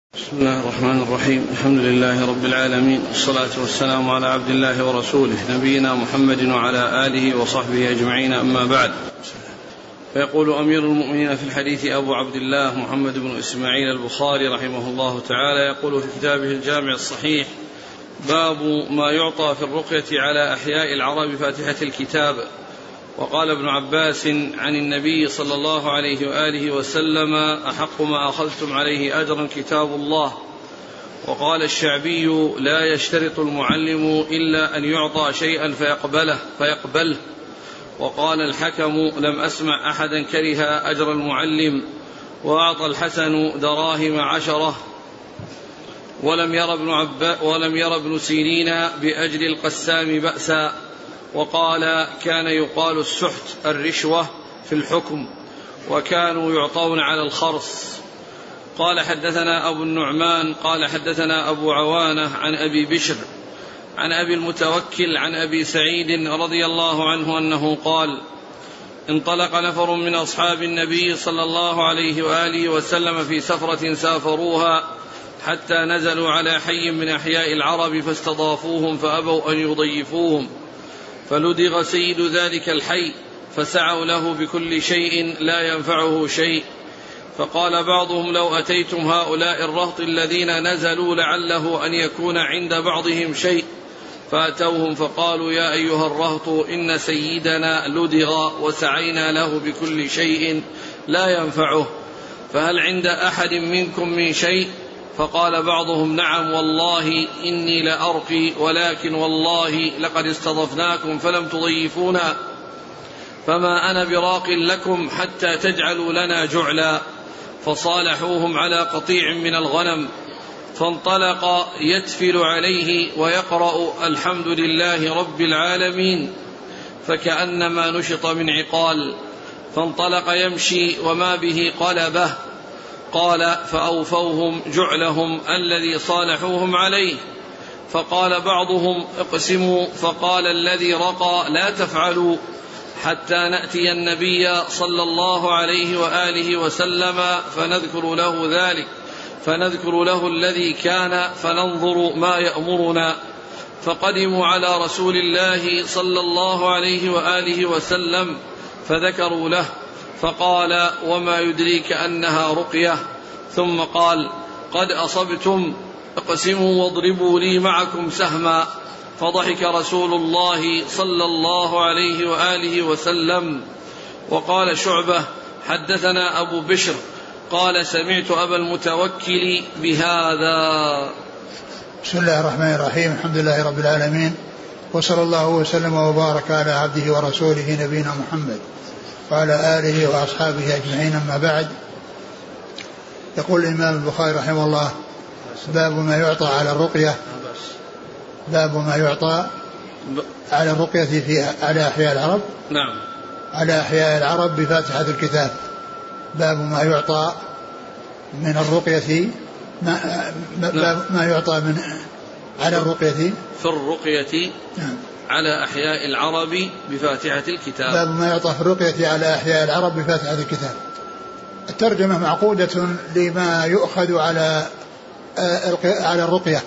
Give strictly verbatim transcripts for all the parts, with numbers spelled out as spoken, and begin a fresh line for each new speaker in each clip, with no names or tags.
بسم الله الرحمن الرحيم. الحمد لله رب العالمين، والصلاة والسلام على عبد الله ورسوله نبينا محمد وعلى آله وصحبه أجمعين، أما بعد. فيقول أمير المؤمنين في الحديث أبو عبد الله محمد بن إسماعيل البخاري رحمه الله تعالى، يقول في كتابه الجامع الصحيح: باب ما يعطى في الرقية على أحياء العرب فاتحة الكتاب. وقال ابن عباس عن النبي صلى الله عليه وآله وسلم: أحق ما أخذتم عليه أجرا كتاب الله. وقال الشعبي: لا يشترط المعلم إلا أن يعطى شيئا فيقبله, فيقبله. وقال الحكم: لم أسمع أحدا كره أجر المعلم. وأعطى الحسن دراهم عشرة. ولم ير ابن, عبا ولم ير ابن سيرين بأجر القسام بأسا. وقال: كان يقال السحت الرشوة في الحكم، وكانوا يعطون على الخرص. قال: حدثنا أبو النعمان قال حدثنا أبو عوانة عن أبي بشر عن أبي المتوكل عن أبي سعيد رضي الله عنه أنه قال: انطلق نفر من أصحاب النبي صلى الله عليه وآله وسلم في سفرة سافروها حتى نزلوا على حي من أحياء العرب فاستضافوهم فأبوا أن يضيفوهم، فلدغ سيد ذلك الحي فسعوا له بكل شيء لا ينفعه شيء. فقال بعضهم: لو أتيتم هؤلاء الرهط الذين نزلوا لعله أن يكون عند بعضهم شيء. فأتوهم فقالوا: يا أيها الرهط، إن سيدنا لدغ وسعينا له بكل شيء لا ينفعه، فهل عند أحد منكم من شيء؟ فقال بعضهم: نعم والله إني لأرقي، ولكن والله لقد استضفناكم فلم تضيفونا، فما أنا براق لكم حتى تجعلوا لنا جعلا. فصالحوهم على قطيع من الغنم، فانطلق يتفل عليه ويقرأ: الحمد لله رب العالمين، فكأنما نشط من عقال. فانطلق يمشي وما به قلبه. قال: فأوفوهم جعلهم الذي صالحوهم عليه. فقال بعضهم: اقسموا. فقال الذي رقى: لا تفعلوا حتى نأتي النبي صلى الله عليه وآله وسلم فنذكر له ذلك، فنذكر له الذي كان فننظر ما يأمرنا. فقدموا على رسول الله صلى الله عليه وآله وسلم فذكروا له، فقال: وما يدريك أنها رقية؟ ثم قال: قد أصبتم، اقسموا واضربوا لي معكم سهما. فضحك رسول الله صلى الله عليه وآله وسلم. وقال شعبة: حدثنا أبو بشر قال: سمعت أبا المتوكل بهذا.
بسم الله الرحمن الرحيم. الحمد لله رب العالمين، وصلى الله وسلم وبارك على عبده ورسوله نبينا محمد وعلى آله وأصحابه أجمعين، أما بعد. يقول الإمام البخاري رحمه الله: باب ما يعطى على الرقية باب ما يعطى على الرقية في على أحياء العرب.
نعم.
على أحياء العرب بفاتحة الكتاب. باب ما يعطى من الرقية ما, نعم. ما يعطى من على الرقية
في الرقية
نعم.
على أحياء العرب بفاتحة الكتاب.
باب ما يعطى في الرقية على أحياء العرب بفاتحة الكتاب. الترجمة معقودة لما يؤخذ على على الرقية،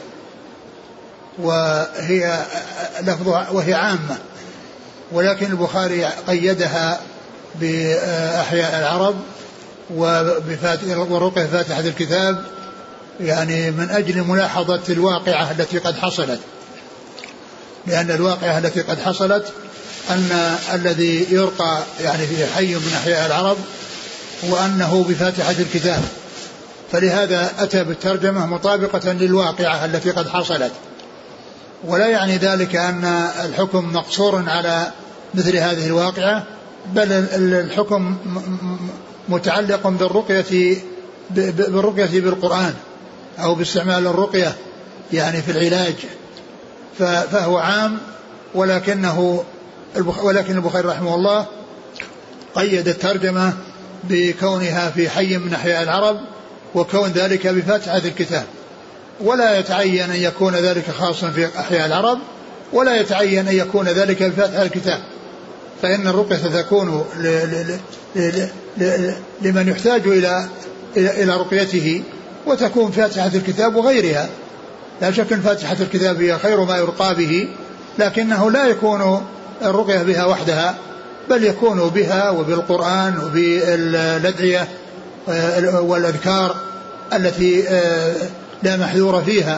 وهي لفظها وهي عامة، ولكن البخاري قيدها بأحياء العرب والرقية فاتحة الكتاب، يعني من أجل ملاحظة الواقعة التي قد حصلت، لأن الواقعة التي قد حصلت أن الذي يرقى يعني في حي من أحياء العرب وأنه بفاتحة الكتاب، فلهذا أتى بالترجمة مطابقة للواقعة التي قد حصلت. ولا يعني ذلك أن الحكم مقصور على مثل هذه الواقعة، بل الحكم متعلق بالرقية بالرقية بالقرآن أو باستعمال الرقية يعني في العلاج، فهو عام، ولكنه ولكن البخاري رحمه الله قيد الترجمة بكونها في حي من أحياء العرب، وكون ذلك بفاتحة الكتاب، ولا يتعين أن يكون ذلك خاصا في أحياء العرب، ولا يتعين أن يكون ذلك بفاتحة الكتاب، فإن الرقية ستكون لمن يحتاج إلى إلى رقيته وتكون فاتحة الكتاب وغيرها. لا شك أن فاتحة الكتاب هي خير ما يرقى به، لكنه لا يكون الرقية بها وحدها، بل يكون بها وبالقرآن وبالأدعية والأذكار التي لا محذور فيها.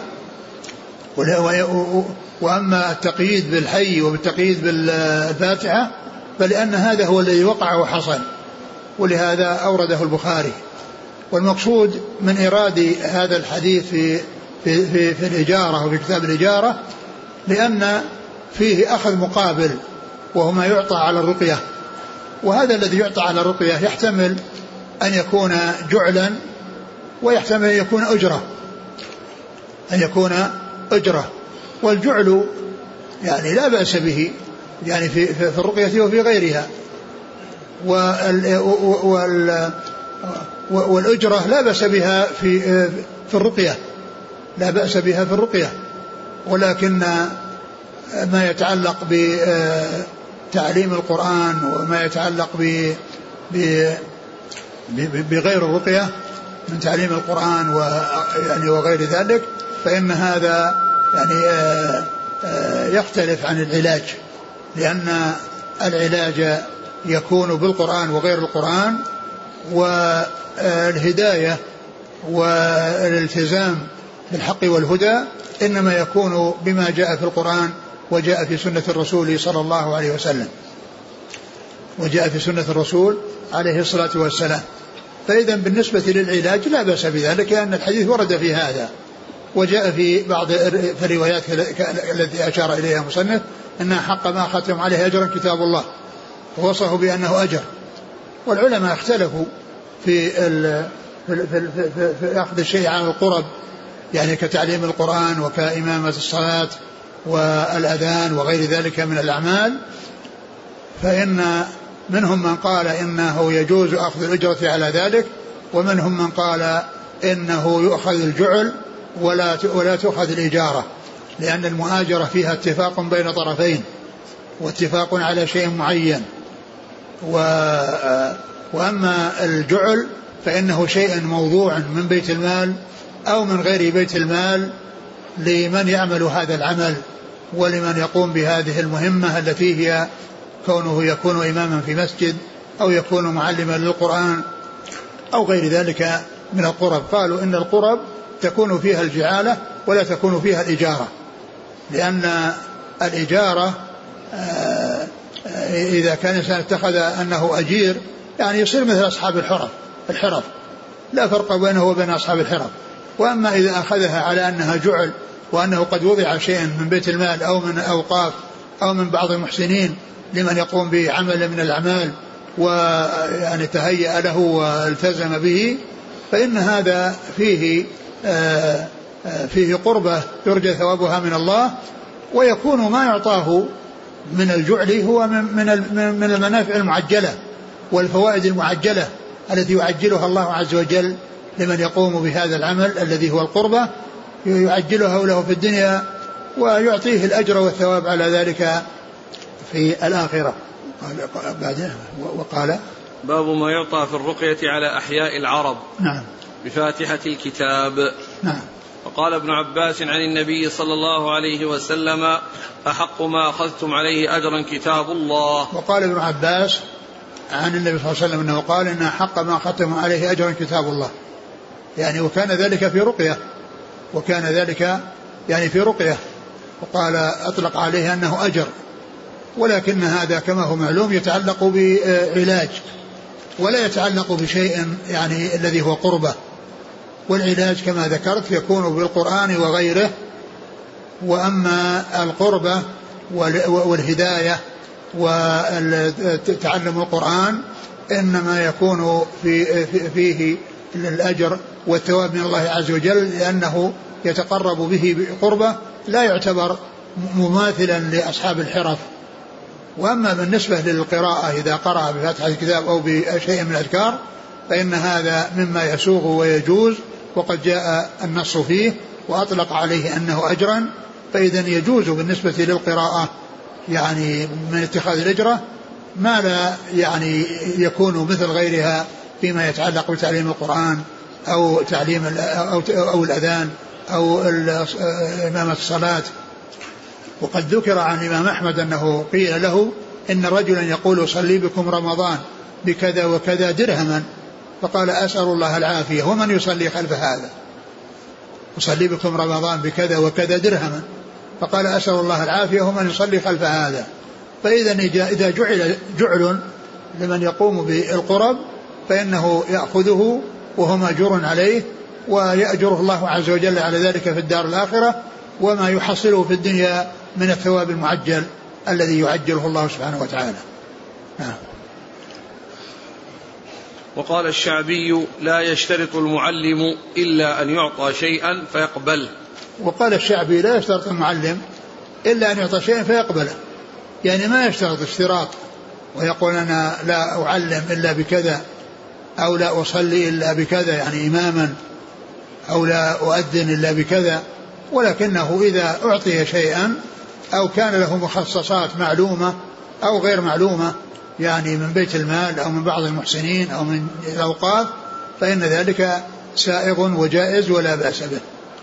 وأما التقييد بالحي وبالتقييد بالفاتحة فلأن هذا هو الذي وقع وحصل، ولهذا أورده البخاري. والمقصود من إراد هذا الحديث في, في, في, في الإجارة وفي كتاب الإجارة لأن فيه أخذ مقابل وهو ما يعطى على الرقية، وهذا الذي يعطى على الرقية يحتمل أن يكون جعلا ويحتمل أن يكون أجرة أن يكون أجرة والجعل يعني لا بأس به يعني في, في الرقية وفي غيرها، وال وال والأجرة لا بأس بها في في الرقية لا بأس بها في الرقية ولكن ما يتعلق بتعليم القرآن وما يتعلق بغير الرقية من تعليم القرآن ويعني وغير ذلك فإن هذا يعني يختلف عن العلاج، لأن العلاج يكون بالقرآن وغير القرآن، والهداية والالتزام بالحق والهدى إنما يكون بما جاء في القرآن وجاء في سنة الرسول صلى الله عليه وسلم وجاء في سنة الرسول عليه الصلاة والسلام. فإذا بالنسبة للعلاج لا بأس بذلك، لأن الحديث ورد في هذا، وجاء في بعض الروايات التي أشار إليها المصنف أنها حق ما ختم عليه أجرا كتاب الله، ووصفه بأنه أجر. والعلماء اختلفوا في, ال في, في, في, في أخذ الشيء عن القرب، يعني كتعليم القرآن وكإمامة الصلاة والأذان وغير ذلك من الأعمال، فإن منهم من قال إنه يجوز أخذ الأجرة على ذلك، ومنهم من قال إنه يؤخذ الجعل ولا ولا تؤخذ الإجارة، لأن المؤاجرة فيها اتفاق بين طرفين واتفاق على شيء معين. وأما الجعل فإنه شيء موضوع من بيت المال أو من غير بيت المال لمن يعمل هذا العمل ولمن يقوم بهذه المهمة التي هي كونه يكون إماما في مسجد أو يكون معلما للقرآن أو غير ذلك من القرب. قالوا إن القرب تكون فيها الجعالة ولا تكون فيها الإجارة، لأن الإجارة إذا كان الإنسان اتخذ أنه أجير يعني يصير مثل أصحاب الحرف الحرف لا فرق بينه وبين أصحاب الحرف. وأما إذا أخذها على أنها جعل وأنه قد وضع شيء من بيت المال أو من أوقاف أو من بعض المحسنين لمن يقوم بعمل من الأعمال ويعني تهيأ له والتزم به، فإن هذا فيه آآ آآ فيه قربة يرجى ثوابها من الله، ويكون ما يعطاه من الجعل هو من من المنافع المعجلة والفوائد المعجلة التي يعجلها الله عز وجل لمن يقوم بهذا العمل الذي هو القربة، يعجلها له في الدنيا ويعطيه الأجر والثواب على ذلك في الآخرة. بعده وقال
باب ما يعطى في الرقية على أحياء العرب.
نعم.
بفاتحة الكتاب.
نعم.
وقال ابن عباس عن النبي صلى الله عليه وسلم أحق ما أخذتم عليه أجرا كتاب الله.
وقال ابن عباس عن النبي صلى الله عليه وسلم أنه قال إن أحق ما أخذتم عليه أجرا كتاب الله، يعني وكان ذلك في رقية وكان ذلك يعني في رقية وقال أطلق عليه أنه أجر، ولكن هذا كما هو معلوم يتعلق بعلاج ولا يتعلق بشيء يعني الذي هو قربة، والعلاج كما ذكرت يكون بالقرآن وغيره. وأما القربة والهداية وتعلم القرآن إنما يكون في فيه الأجر والثواب من الله عز وجل، لأنه يتقرب به بقربة لا يعتبر مماثلا لأصحاب الحرف. وأما بالنسبة للقراءة إذا قرأ بفتح الكتاب أو بشيء من الأذكار فإن هذا مما يسوغ ويجوز، وقد جاء النص فيه وأطلق عليه أنه أجرا، فإذا يجوز بالنسبة للقراءة يعني من اتخاذ الأجرة ما لا يعني يكون مثل غيرها فيما يتعلق بتعليم القرآن أو تعليم أو, أو الأذان أو إمامة الصلاة. وقد ذكر عن الإمام أحمد أنه قيل له إن رجلا يقول صلي بكم رمضان بكذا وكذا درهما، فقال أسأل الله العافية، ومن يصلي خلف هذا؟ يصلي بكم رمضان بكذا وكذا درهما، فقال أسأل الله العافية، ومن يصلي خلف هذا؟ فإذا إذا جعل جعل لمن يقوم بالقرب فإنه يأخذه وهو مأجور عليه، ويأجره الله عز وجل على ذلك في الدار الآخرة، وما يحصله في الدنيا من الثواب المعجل الذي يعجله الله سبحانه وتعالى. نعم.
وقال الشعبي لا يشترط المعلم إلا أن يعطى شيئا فيقبله.
وقال الشعبي لا يشترط المعلم إلا أن يعطى شيئا فيقبله، يعني ما يشترط اشتراط ويقول أنا لا أعلم إلا بكذا، أو لا أصلي إلا بكذا يعني إماما، أو لا أؤذن إلا بكذا، ولكنه إذا أعطي شيئا أو كان له مخصصات معلومة أو غير معلومة، يعني من بيت المال أو من بعض المحسنين أو من الأوقاف، فإن ذلك سائغ وجائز ولا بأس به.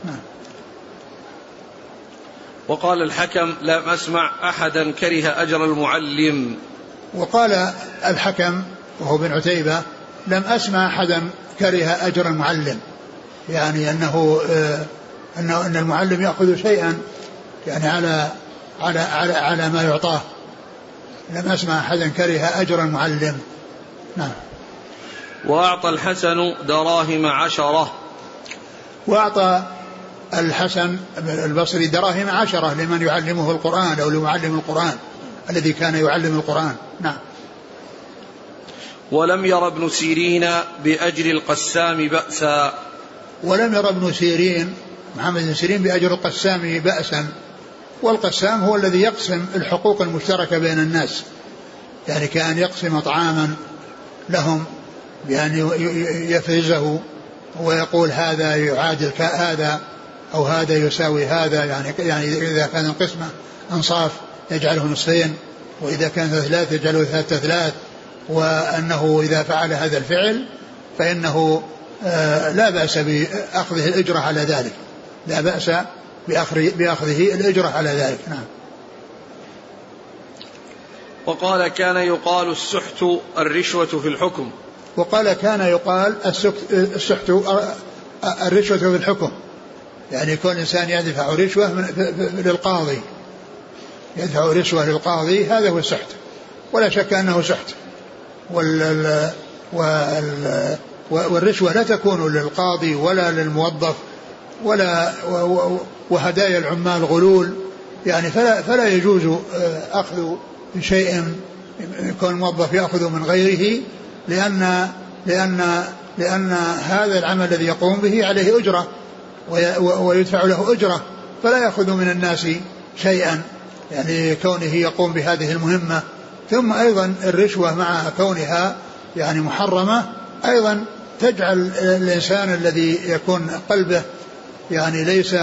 وقال الحكم لم أسمع أحدا كره أجر المعلم.
وقال الحكم وهو بن عتيبة لم أسمع أحدا كره أجر المعلم، يعني أنه آه أنه أن المعلم يأخذ شيئا يعني على على على على ما يعطاه. لم أسمع أحدا كره أجر المعلم. نعم.
وأعطى الحسن دراهم عشرة.
وأعطى الحسن البصري دراهم عشرة لمن يعلمه القرآن أو لمعلم القرآن الذي كان يعلم القرآن. نعم.
ولم ير ابن سيرين بأجر القسام بأسا.
ولم ير ابن سيرين محمد بن سيرين بأجر القسام بأسا. والقسام هو الذي يقسم الحقوق المشتركة بين الناس، يعني كان يقسم طعاما لهم بأن يفرزه ويقول هذا يعادل هذا أو هذا يساوي هذا، يعني يعني إذا كان القسمة أنصاف يجعله نصفين، وإذا كان ثلاث يجعله ثلاثة ثلاث، وأنه إذا فعل هذا الفعل فإنه آه لا بأس بأخذه الأجرة على ذلك، لا بأس بأخذه الأجرة على ذلك. نعم.
وقال كان يقال السحت الرشوة في الحكم.
وقال كان يقال السحت الرشوة في الحكم، يعني يكون الإنسان يدفع رشوة للقاضي، يدفع رشوة للقاضي، هذا هو السحت، ولا شك أنه سحت. وال وال والرشوة لا تكون للقاضي ولا للموظف ولا وهدايا العمال غلول، يعني فلا, فلا يجوز أخذ شيء يكون الموظف يأخذ من غيره، لأن لأن لأن هذا العمل الذي يقوم به عليه أجرة ويدفع له أجرة، فلا يأخذ من الناس شيئا يعني كونه يقوم بهذه المهمة. ثم أيضا الرشوة مع كونها يعني محرمة أيضا تجعل الإنسان الذي يكون قلبه يعني ليس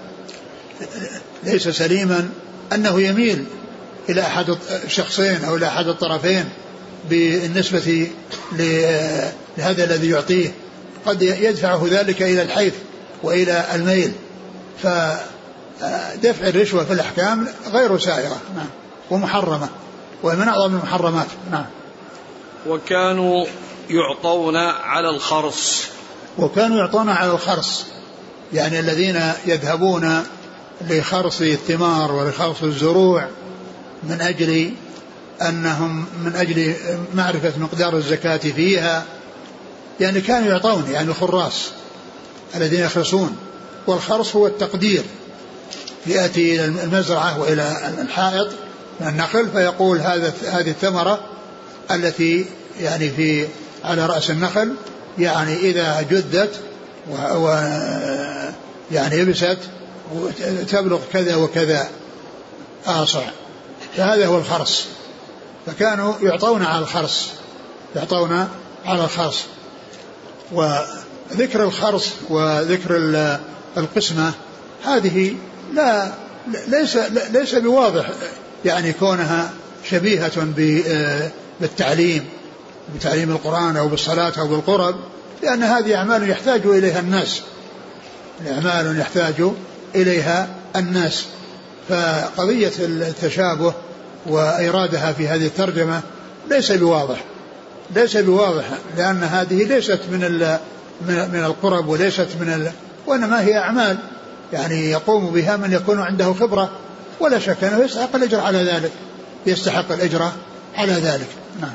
ليس سليما أنه يميل إلى أحد الشخصين أو إلى أحد الطرفين بالنسبة لهذا الذي يعطيه، قد يدفعه ذلك إلى الحيف وإلى الميل. فدفع الرشوة في الأحكام غير سائغة نعم ومحرمة، ومن أعظم المحرمات. نعم.
وكانوا يعطون على الخرص.
وكانوا يعطون على الخرص، يعني الذين يذهبون لخرص الثمار ولخرص الزروع من أجل أنهم من أجل معرفة مقدار الزكاة فيها، يعني كانوا يعطون يعني الخراص الذين يخرصون. والخرص هو التقدير، يأتي إلى المزرعة وإلى الحائط من النخل فيقول هذا هذه الثمرة التي يعني في على رأس النخل يعني إذا جدت و يعني يبست تبلغ كذا وكذا آصع، فهذا هو الخرص. فكانوا يعطون على الخرص، يعطون على الخرص. وذكر الخرص وذكر القسمة هذه لا ليس ليس بواضح يعني كونها شبيهة بالتعليم بتعليم القرآن أو بالصلاة أو بالقرب، لأن هذه أعمال يحتاج إليها الناس، أعمال يحتاج إليها الناس. فقضية التشابه وإرادها في هذه الترجمة ليس بواضح، ليس بواضح لأن هذه ليست من من القرب وليست من ال... وإنما هي أعمال يعني يقوم بها من يكون عنده خبرة، ولا شك أنه يستحق الأجر على ذلك، يستحق الأجر على ذلك. نعم.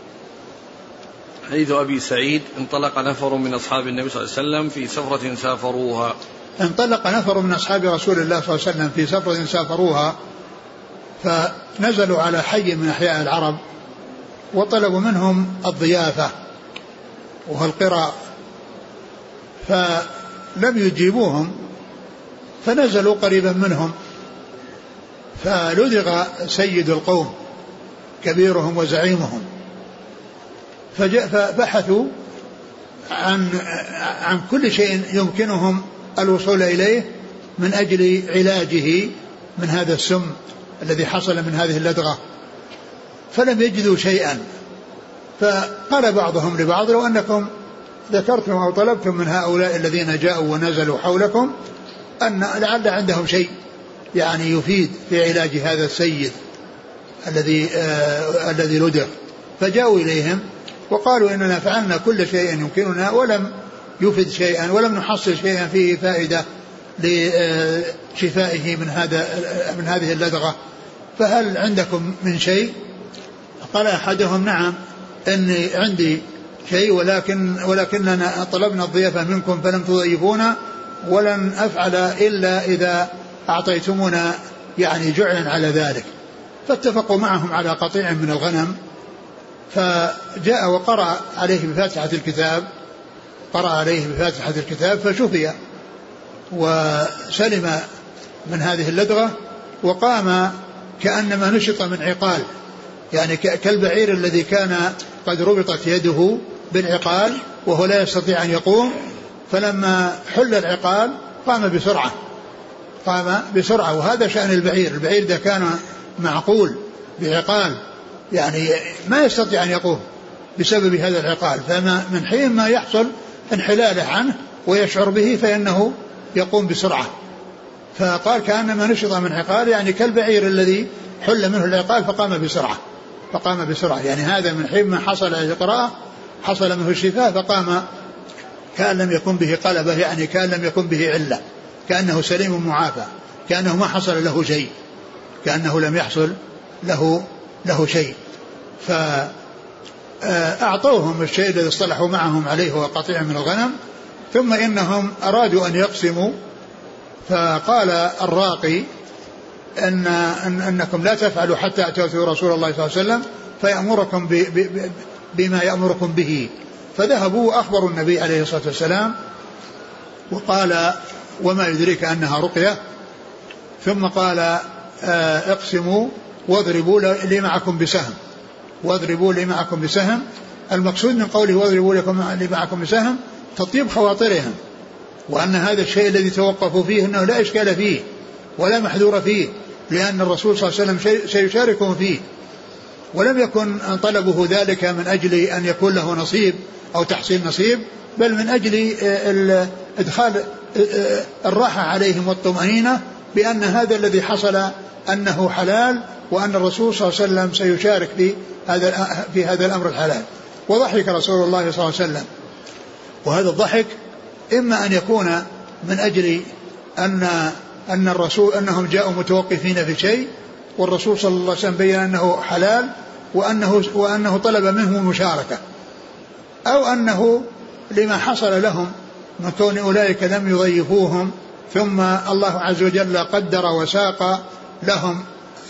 حديث أبي سعيد: انطلق نفر من أصحاب النبي صلى الله عليه وسلم في سفرة سافروها.
انطلق نفر من أصحاب رسول الله صلى الله عليه وسلم في سفرة سافروها، فنزلوا على حي من أحياء العرب وطلبوا منهم الضيافة وهو القراء، فلم يجيبوهم، فنزلوا قريبا منهم، فلدغ سيد القوم كبيرهم وزعيمهم، فبحثوا عن عن كل شيء يمكنهم الوصول إليه من أجل علاجه من هذا السم الذي حصل من هذه اللدغة، فلم يجدوا شيئا. فقال بعضهم لبعض: لو أنكم ذكرتم أو طلبتم من هؤلاء الذين جاءوا ونزلوا حولكم أن لعل عندهم شيء يعني يفيد في علاج هذا السيد الذي آه الذي لدغ. فجاءوا إليهم وقالوا: إننا فعلنا كل شيء يمكننا ولم يفد شيئا ولم نحصل شيئا فيه فائدة لشفائه من هذا من هذه اللدغة، فهل عندكم من شيء؟ قال أحدهم: نعم، إني عندي شيء، ولكن ولكننا طلبنا الضيافة منكم فلم تضيفونا، ولن أفعل إلا إذا أعطيتمونا يعني جعلا على ذلك. فاتفقوا معهم على قطيع من الغنم، فجاء وقرأ عليه بفاتحة الكتاب قرأ عليه بفاتحة الكتاب فشفي وسلم من هذه اللدغة، وقام كأنما نشط من عقال، يعني كالبعير الذي كان قد ربطت يده بالعقال وهو لا يستطيع أن يقوم، فلما حل العقال قام بسرعة قام بسرعة وهذا شأن البعير. البعير إذا كان معقول بعقال يعني ما يستطيع أن يقوم بسبب هذا العقال، فما من حين ما يحصل انحلاله عنه ويشعر به فإنه يقوم بسرعة. فقال: كأنما نشط من عقال، يعني كالبعير الذي حل منه العقال فقام بسرعة فقام بسرعة يعني هذا من حين ما حصل القراءة حصل منه الشفاء، فقام كأن لم يكن به قلبة، يعني كأن لم يكن به علة، كأنه سليم معافى، كأنه ما حصل له شيء، كأنه لم يحصل له له شيء. فأعطوهم الشيء الذي اصطلحوا معهم عليه هو قطيع من الغنم، ثم إنهم أرادوا أن يقسموا، فقال الراقي أن أن أنكم لا تفعلوا حتى أتوا رسول الله صلى الله عليه وسلم فيأمركم ب ب بما يأمركم به. فذهبوا وأخبروا النبي عليه الصلاة والسلام، وقال: وما يدريك أنها رقية؟ ثم قال: اقسموا واضربوا لي معكم بسهم واضربوا لي معكم بسهم. المقصود من قوله واضربوا لي معكم بسهم تطيب خواطرهم، وأن هذا الشيء الذي توقفوا فيه أنه لا إشكال فيه ولا محذور فيه، لأن الرسول صلى الله عليه وسلم سيشاركهم فيه، ولم يكن طلبه ذلك من أجل أن يكون له نصيب أو تحصيل نصيب، بل من أجل إدخال الراحة عليهم والطمأنينة بأن هذا الذي حصل أنه حلال، وأن الرسول صلى الله عليه وسلم سيشارك في هذا في هذا الأمر الحلال. وضحك رسول الله صلى الله عليه وسلم، وهذا الضحك إما أن يكون من أجل أن أن الرسول أنهم جاءوا متوقفين في شيء والرسول صلى الله عليه وسلم بين أنه حلال وأنه وأنه طلب منهم المشاركة، أو أنه لما حصل لهم من كون أولئك لم يضيفوهم، ثم الله عز وجل قدر وساق لهم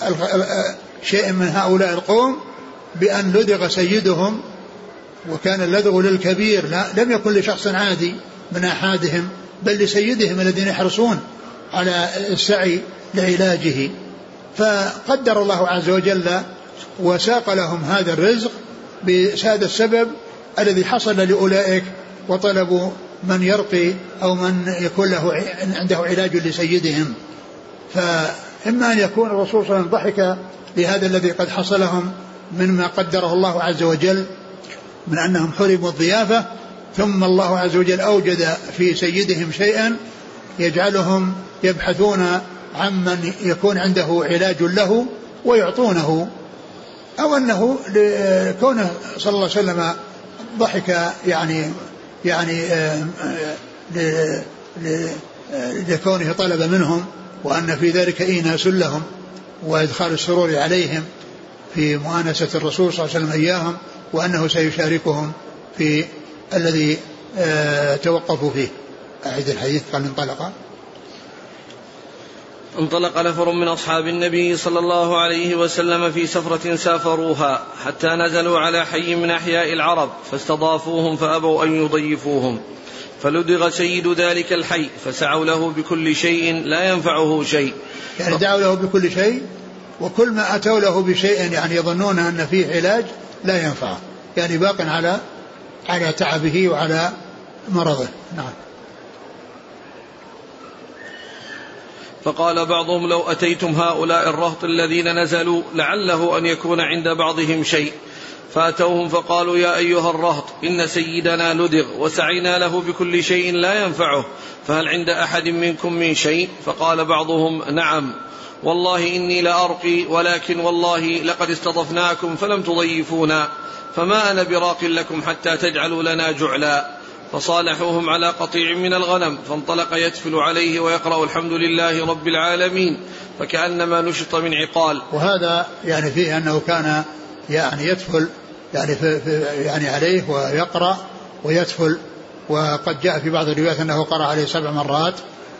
شيء من هؤلاء القوم بأن لدغ سيدهم، وكان اللدغ للكبير لم يكن لشخص عادي من أحدهم، بل لسيدهم الذين يحرصون على السعي لعلاجه. فقدر الله عز وجل وساق لهم هذا الرزق بهذا السبب الذي حصل لأولئك، وطلبوا من يرقي أو من يكون له عنده علاج لسيدهم. فإما أن يكون الرسول صلى الله عليه وسلم ضحك لهذا الذي قد حصلهم مما قدره الله عز وجل من أنهم حرموا الضيافة، ثم الله عز وجل أوجد في سيدهم شيئا يجعلهم يبحثون عمن يكون عنده علاج له ويعطونه، أو أنه كونه صلى الله عليه وسلم ضحك يعني يعني لكونه طلب منهم، وأن في ذلك إيناس لهم وإدخال السرور عليهم في مؤانسة الرسول صلى الله عليه وسلم إياهم، وأنه سيشاركهم في الذي توقفوا فيه. أعيد الحديث. قال انطلق
انطلق نفر من أصحاب النبي صلى الله عليه وسلم في سفرة سافروها حتى نزلوا على حي من أحياء العرب فاستضافوهم فأبوا أن يضيفوهم، فلدغ سيد ذلك الحي فسعوا له بكل شيء لا ينفعه شيء،
يعني دعوا له بكل شيء، وكل ما أتوا له بشيء يعني يظنون أن فيه علاج لا ينفعه، يعني باق على على تعبه وعلى مرضه. نعم.
فقال بعضهم لو أتيتم هؤلاء الرهط الذين نزلوا لعله أن يكون عند بعضهم شيء، فأتوهم فقالوا يا أيها الرهط إن سيدنا لدغ وسعينا له بكل شيء لا ينفعه، فهل عند أحد منكم من شيء؟ فقال بعضهم نعم والله إني لأرقي، ولكن والله لقد استضفناكم فلم تضيفونا، فما أنا براق لكم حتى تجعلوا لنا جعلا. فصالحوهم على قطيع من الغنم، فانطلق يتفل عليه ويقرأ الحمد لله رب العالمين فكأنما نشط من عقال.
وهذا يعني فيه أنه كان يعني يتفل يعني, في في يعني عليه ويقرأ ويتفل، وقد جاء في بعض الروايات أنه قرأ عليه سبع مرات.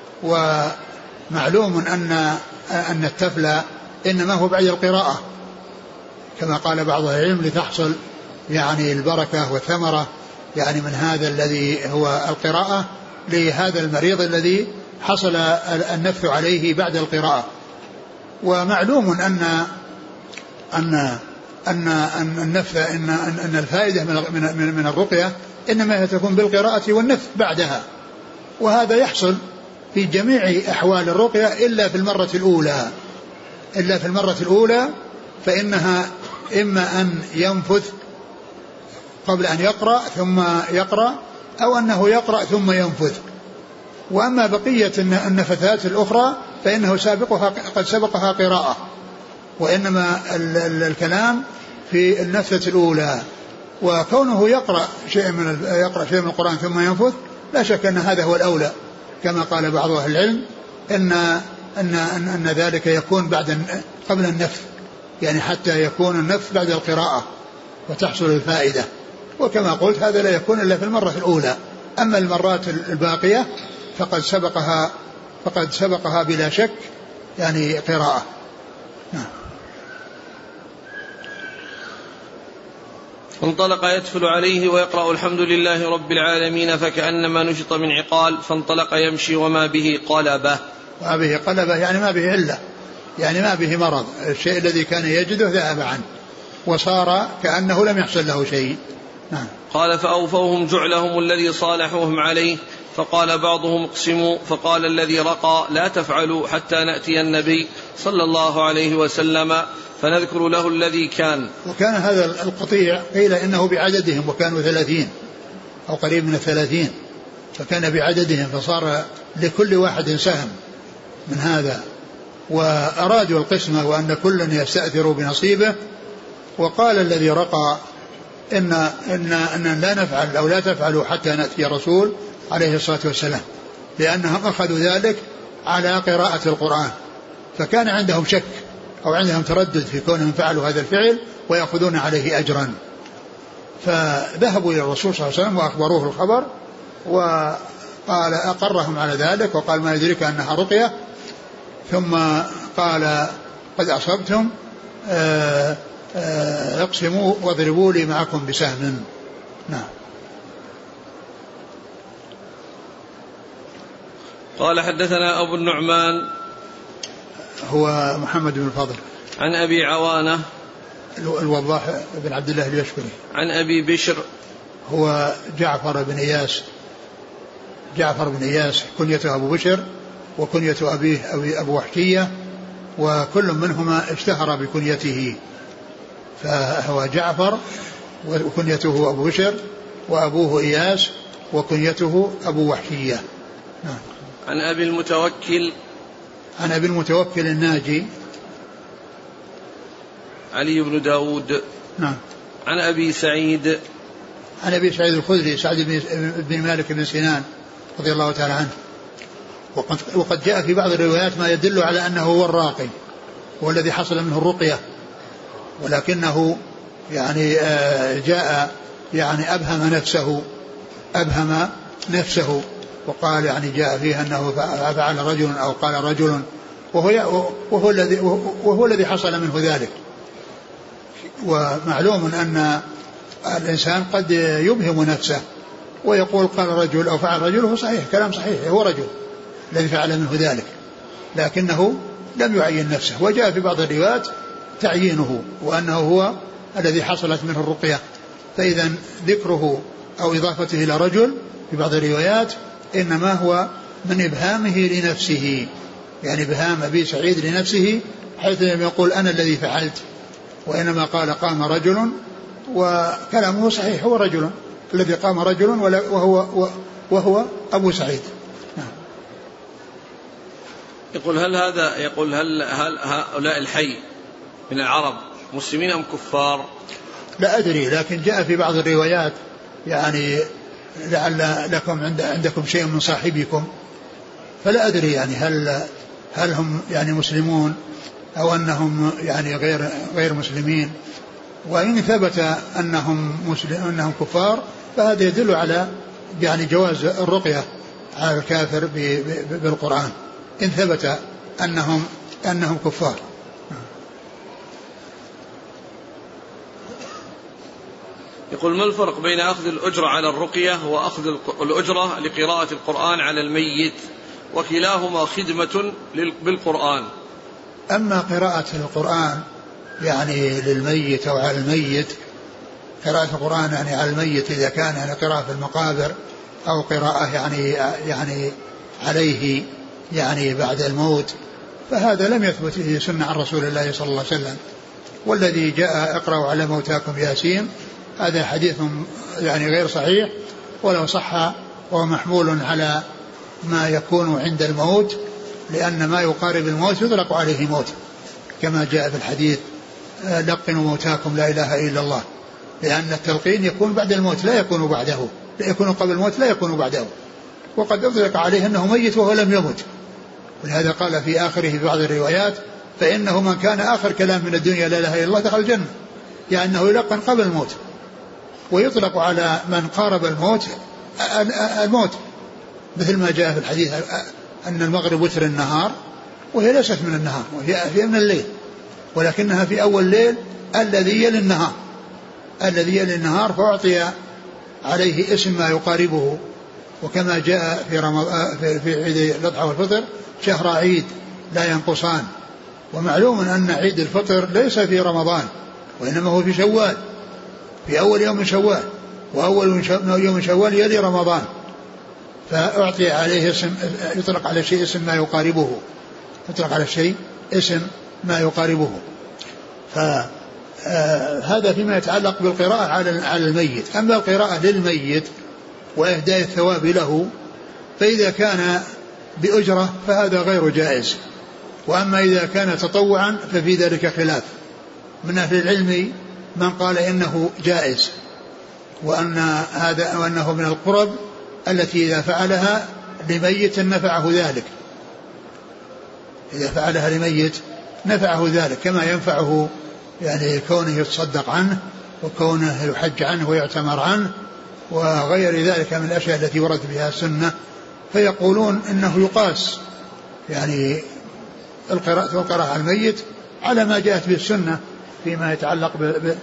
ومعلوم أن أن التفل إنما هو بعد القراءة كما قال بعض العلم لتحصل يعني البركة والثمرة يعني من هذا الذي هو القراءة لهذا المريض الذي حصل النفث عليه بعد القراءة. ومعلوم أن أن أن أن النفث إن أن الفائدة من من من الرقية إنما تكون بالقراءة والنفث بعدها، وهذا يحصل في جميع أحوال الرقية إلا في المرة الأولى إلا في المرة الأولى فإنها إما أن ينفث قبل أن يقرأ ثم يقرأ، أو أنه يقرأ ثم ينفث. وأما بقية النفثات الأخرى فإنه سابقها قد سبقها قراءة، وإنما الكلام في النفثة الأولى. وكونه يقرأ شيء من يقرأ شيء من القرآن ثم ينفث لا شك أن هذا هو الأولى، كما قال بعض أهل العلم إن أن أن, أن ذلك يكون بعد قبل النفث، يعني حتى يكون النفث بعد القراءة وتحصل الفائدة. وكما قلت هذا لا يكون إلا في المرة الأولى، أما المرات الباقية فقد سبقها فقد سبقها بلا شك يعني قراءة. نعم.
فانطلق يتفل عليه ويقرأ الحمد لله رب العالمين فكأنما نشط من عقال، فانطلق يمشي وما به قلبة.
وما به قلبة يعني ما به علة، يعني ما به مرض، الشيء الذي كان يجده ذهب عنه وصار كأنه لم يحصل له شيء. نعم.
قال فأوفوهم جعلهم الذي صالحوهم عليه، فقال بعضهم اقسموا، فقال الذي رقى لا تفعلوا حتى نأتي النبي صلى الله عليه وسلم فنذكر له الذي كان.
وكان هذا القطيع قيل إنه بعددهم، وكانوا ثلاثين أو قريب من الثلاثين، فكان بعددهم فصار لكل واحد سهم من هذا، وأرادوا القسمة وأن كل يستأثر بنصيبه. وقال الذي رقى إن, إن, إن لا نفعل أو لا تفعلوا حتى نأتي رسول عليه الصلاة والسلام، لأنهم أخذوا ذلك على قراءة القرآن، فكان عندهم شك أو عندهم تردد في كونهم فعلوا هذا الفعل ويأخذون عليه أجرا. فذهبوا إلى الرسول صلى الله عليه وسلم وأخبروه الخبر، وقال أقرهم على ذلك وقال ما يدرك أنها رقية، ثم قال قد أصبتم آآ آآ اقسموا واضربوا لي معكم بسهم. نعم.
قال حدثنا أبو النعمان
هو محمد بن الفضل
عن أبي عوانة
الوضاح بن عبد الله اليشكري
عن أبي بشر
هو جعفر بن إياس جعفر بن إياس كنيته أبو بشر وكنية أبيه أبو وحشية، وكل منهما اشتهر بكنيته، فهو جعفر وكنيته أبو بشر وأبوه إياس وكنيته أبو وحشية. نعم.
عن أبي المتوكل
عن أبي المتوكل الناجي
علي بن داود.
نعم.
عن أبي سعيد
عن أبي سعيد الخدري سعد بن مالك بن سنان رضي الله تعالى عنه. وقد, وقد جاء في بعض الروايات ما يدل على أنه هو الراقي والذي حصل منه الرقية، ولكنه يعني جاء يعني أبهم نفسه أبهم نفسه وقال يعني جاء فيه أنه فعل رجل أو قال رجل، وهو, وهو, الذي وهو الذي حصل منه ذلك. ومعلوم أن الإنسان قد يبهم نفسه ويقول قال رجل أو فعل رجل، هو صحيح كلام صحيح، هو رجل الذي فعل منه ذلك، لكنه لم يعين نفسه. وجاء في بعض الروايات تعيينه وأنه هو الذي حصلت منه الرقية، فإذا ذكره أو إضافته إلى رجل في بعض الروايات إنما هو من إبهامه لنفسه، يعني إبهام أبي سعيد لنفسه، حيث لم يقول أنا الذي فعلت، وإنما قال قام رجل، وكلامه صحيح، هو رجل الذي قام رجل وهو, وهو أبو سعيد.
يقول هل هذا يقول هل, هل هؤلاء الحي من العرب مسلمين أم كفار؟
لا أدري، لكن جاء في بعض الروايات يعني لعل لكم عند عندكم شيء من صاحبكم، فلا أدري يعني هل هل هم يعني مسلمون أو أنهم يعني غير غير مسلمين. وإن ثبت أنهم مسلم أنهم كفار فهذا يدل على يعني جواز الرقية على الكافر بالقرآن إن ثبت أنهم أنهم كفار.
يقول ما الفرق بين أخذ الأجرة على الرقية وأخذ الأجرة لقراءة القرآن على الميت؟ وكلاهما خدمة بالقرآن.
أما قراءة القرآن يعني للميت أو على الميت، قراءة القرآن يعني على الميت إذا كان يعني قراءة في المقابر أو قراءة يعني يعني عليه يعني بعد الموت، فهذا لم يثبت به سنة عن رسول الله صلى الله عليه وسلم. والذي جاء اقرأوا على موتاكم ياسين هذا حديث يعني غير صحيح، ولو صح هو محمول على ما يكون عند الموت، لأن ما يقارب الموت يطلق عليه موت، كما جاء في الحديث لقنوا موتاكم لا إله إلا الله، لأن التلقين يكون بعد الموت لا يكون بعده، لا يكون قبل الموت لا يكون بعده، وقد أطلق عليه أنه ميت وهو لم يمت. ولهذا قال في آخره في بعض الروايات فإنه من كان آخر كلام من الدنيا لا إله إلا الله دخل الجنة، يعني أنه يلقن قبل الموت. ويطلق على من قارب الموت الموت، مثل ما جاء في الحديث أن المغرب وتر النهار، وهي ليست من النهار وهي من الليل، ولكنها في أول الليل الذي يلي النهار الذي يلي النهار فأعطي عليه اسم ما يقاربه. وكما جاء في رمضان في عيد الأضحى والفطر شهر عيد لا ينقصان، ومعلوم أن عيد الفطر ليس في رمضان وإنما هو في شوال، في أول يوم شوال، وأول يوم شوال يلي رمضان، فأعطي عليه اسم يطلق على شيء اسم ما يقاربه يطلق على شيء اسم ما يقاربه. فهذا فيما يتعلق بالقراءة على الميت. أما القراءة للميت وإهداء الثواب له فإذا كان بأجرة فهذا غير جائز، وأما إذا كان تطوعا ففي ذلك خلاف من أهل العلم، من قال إنه جائز وأن هذا وأنه من القرب التي إذا فعلها لميت نفعه ذلك، إذا فعلها لميت نفعه ذلك، كما ينفعه يعني كونه يتصدق عنه وكونه يحج عنه ويعتمر عنه وغير ذلك من الأشياء التي ورد بها السنة. فيقولون إنه يقاس يعني القراءة والقراءة على الميت على ما جاءت به السنة فيما يتعلق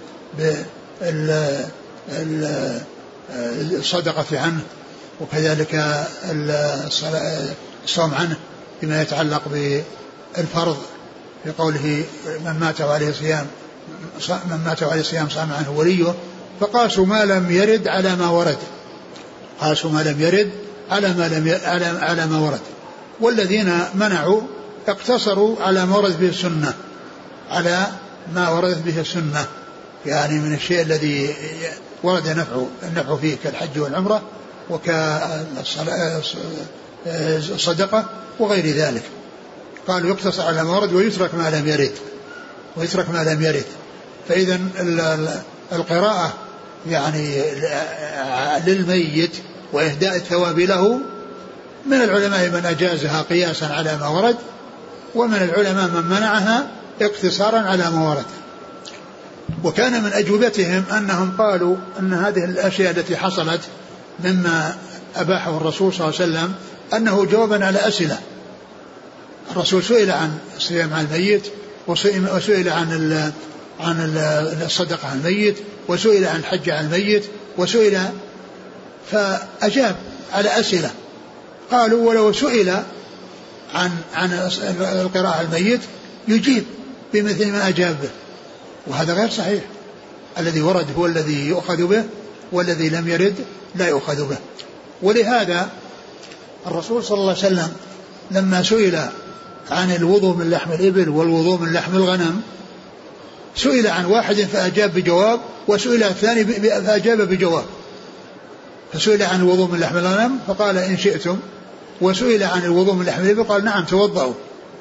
بالصدقة عنه، وكذلك الصوم عنه فيما يتعلق بالفرض، في قوله من مات عليه صيام من مات عليه صيام صام عنه وليه. فقاسوا ما لم يرد على ما ورد، قاسوا ما لم يرد على ما لم على على ما ورد. والذين منعوا اقتصروا على ما ورد به السنة، على ما وردت به السنة، يعني من الشيء الذي ورد نفعه النفع فيه كالحج والعمرة وكالصدقة وغير ذلك. قالوا يقتصر على ما ورد ويترك ما لم يرد ويترك ما لم يرد. فإذا القراءة يعني للميت وإهداء الثواب له، من العلماء من أجازها قياسا على ما ورد، ومن العلماء من منعها اقتصارا على ما ورد. وكان من أجوبتهم أنهم قالوا أن هذه الأشياء التي حصلت مما أباحه الرسول صلى الله عليه وسلم أنه جوابا على أسئلة. الرسول سئل عن الصيام عن الميت، وسئل عن عن الصدقة عن الميت، وسئل عن الحج عن الميت، وسئل فأجاب على أسئلة. قالوا ولو سئل عن عن القراءة على الميت يجيب بمثل ما أجاب به، وهذا غير صحيح. الذي ورد هو الذي يؤخذ به، والذي لم يرد لا يؤخذ به. ولهذا الرسول صلى الله عليه وسلم لما سئل عن الوضوء من لحم الإبل والوضوء من لحم الغنم، سئل عن واحد فأجاب بجواب، وسئل الثاني فأجاب بجواب. فسئل عن الوضوء من لحم الغنم فقال إن شئتم، وسئل عن الوضوء من لحم الإبل قال نعم توضأوا.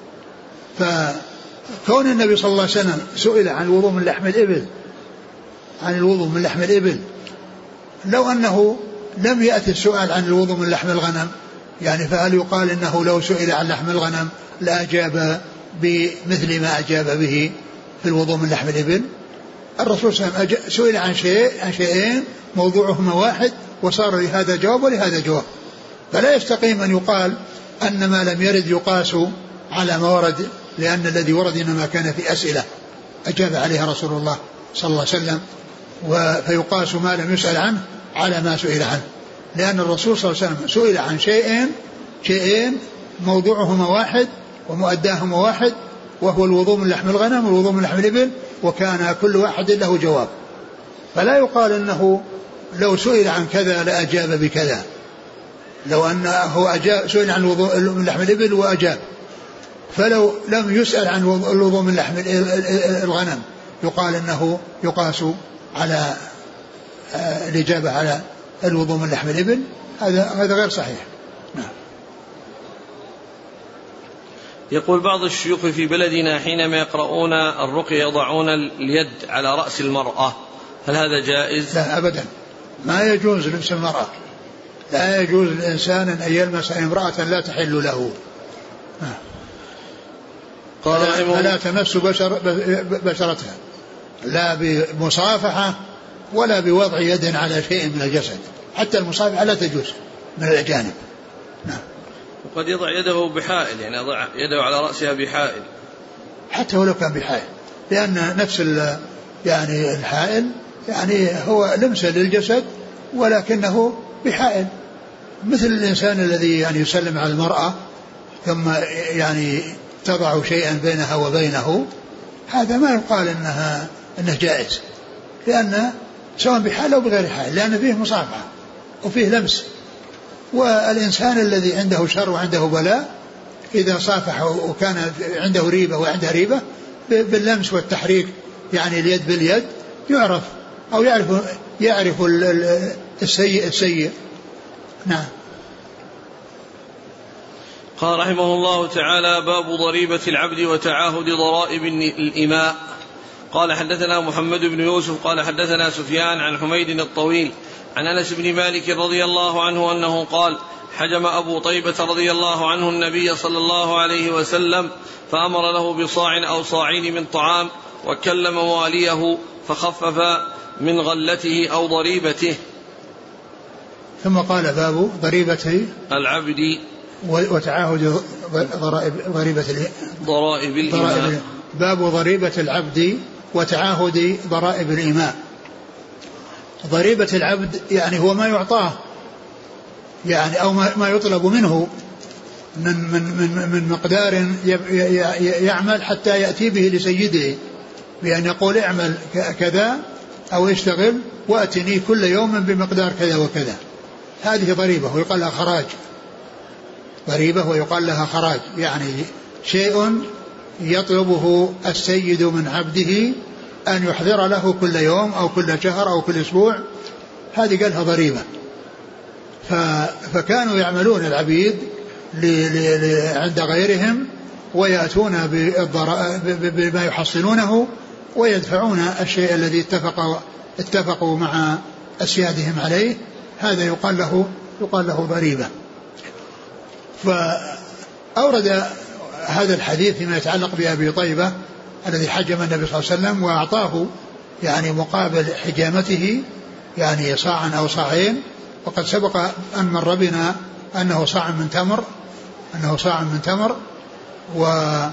فكون النبي صلى الله عليه وسلم سئل عن الوضوء من لحم الإبل عن الوضوء من لحم الإبل لو أنه لم يأتي السؤال عن الوضوء من لحم الغنم، يعني فهل يقال إنه لو سئل عن لحم الغنم لأجاب بمثل ما أجاب به في الوضوء من لحم الإبل؟ الرسول صلى الله عليه وسلم سئل عن شيء عن شيئين موضوعهما واحد، وصار لهذا جواب ولهذا جواب. فلا يستقيم أن يقال أن ما لم يرد يقاس على ما ورد، لأن الذي ورد إنما كان في أسئلة أجاب عليها رسول الله صلى الله عليه وسلم، فيقاس ما لم يسأل عنه على ما سئل عنه، لأن الرسول صلى الله عليه وسلم سئل عن شيئين شيئين موضوعهما واحد ومؤداهما واحد، وهو الوضوء من لحم الغنم والوضوء من لحم الإبل، وكان كل واحد له جواب. فلا يقال أنه لو سئل عن كذا لأجاب بكذا، لو أنه أجاب سئل عن الوضوء من لحم الإبل وأجاب، فلو لم يسأل عن الوضوء من لحم الغنم يقال أنه يقاس على الإجابة على الوضوء من لحم الإبل. هذا هذا غير صحيح. نعم.
يقول بعض الشيوخ في بلدنا حينما يقرؤون الرقية يضعون اليد على رأس المرأة، هل هذا جائز؟
لا أبدا، ما يجوز لمس المرأة، لا يجوز للإنسان أن يلمس امرأة لا تحل له. قال فلا تمس بشر بشرتها لا بمصافحة ولا بوضع يد على شيء من الجسد، حتى المصافحة لا تجوز من الأجانب. نعم.
وقد يضع يده بحائل، يعني يضع يده على رأسها بحائل،
حتى ولو كان بحائل، لأن نفس يعني الحائل يعني هو لمسة للجسد ولكنه بحائل، مثل الإنسان الذي يعني يسلم على المرأة ثم يعني تضع شيئا بينها وبينه، هذا ما يقال إنها إنه جائز، لأن سواء بحال أو بغير حال، لأن فيه مصافحة وفيه لمس. والإنسان الذي عنده شر وعنده بلاء إذا صافح وكان عنده ريبة وعنده ريبة باللمس والتحريك، يعني اليد باليد يعرف أو يعرف يعرف السيء السيء. نعم.
قال رحمه الله تعالى: باب ضريبة العبد وتعاهد ضرائب الإماء. قال حدثنا محمد بن يوسف قال حدثنا سفيان عن حميد الطويل عن أنس بن مالك رضي الله عنه أنه قال: حجم أبو طيبة رضي الله عنه النبي صلى الله عليه وسلم فأمر له بصاع أو صاعين من طعام، وكلم واليه فخفف من غلته أو ضريبته.
ثم قال: باب ضريبة العبد وتعاهد ضرائب ضريبة
ضرائب الإماء.
باب ضريبة العبد وتعاهد ضرائب الإماء. ضريبة العبد يعني هو ما يعطاه، يعني أو ما يطلب منه من من من من مقدار يعمل حتى يأتي به لسيده، بأن يقول اعمل كذا أو اشتغل وأتني كل يوم بمقدار كذا وكذا. هذه ضريبة ويقال لها خراج. ضريبة ويقال لها خراج، يعني شيء يطلبه السيد من عبده أن يحضر له كل يوم أو كل شهر أو كل أسبوع، هذه قالها ضريبة. فكانوا يعملون العبيد عند غيرهم ويأتون بما يحصلونه ويدفعون الشيء الذي اتفقوا, اتفقوا مع أسيادهم عليه. هذا يقال له, يقال له ضريبة. فأورد هذا الحديث فيما يتعلق بأبي طيبة الذي حجم النبي صلى الله عليه وسلم وأعطاه يعني مقابل حجامته يعني صاعا أو صاعين. وقد سبق أن مر بنا أنه صاع من تمر أنه صاع من تمر و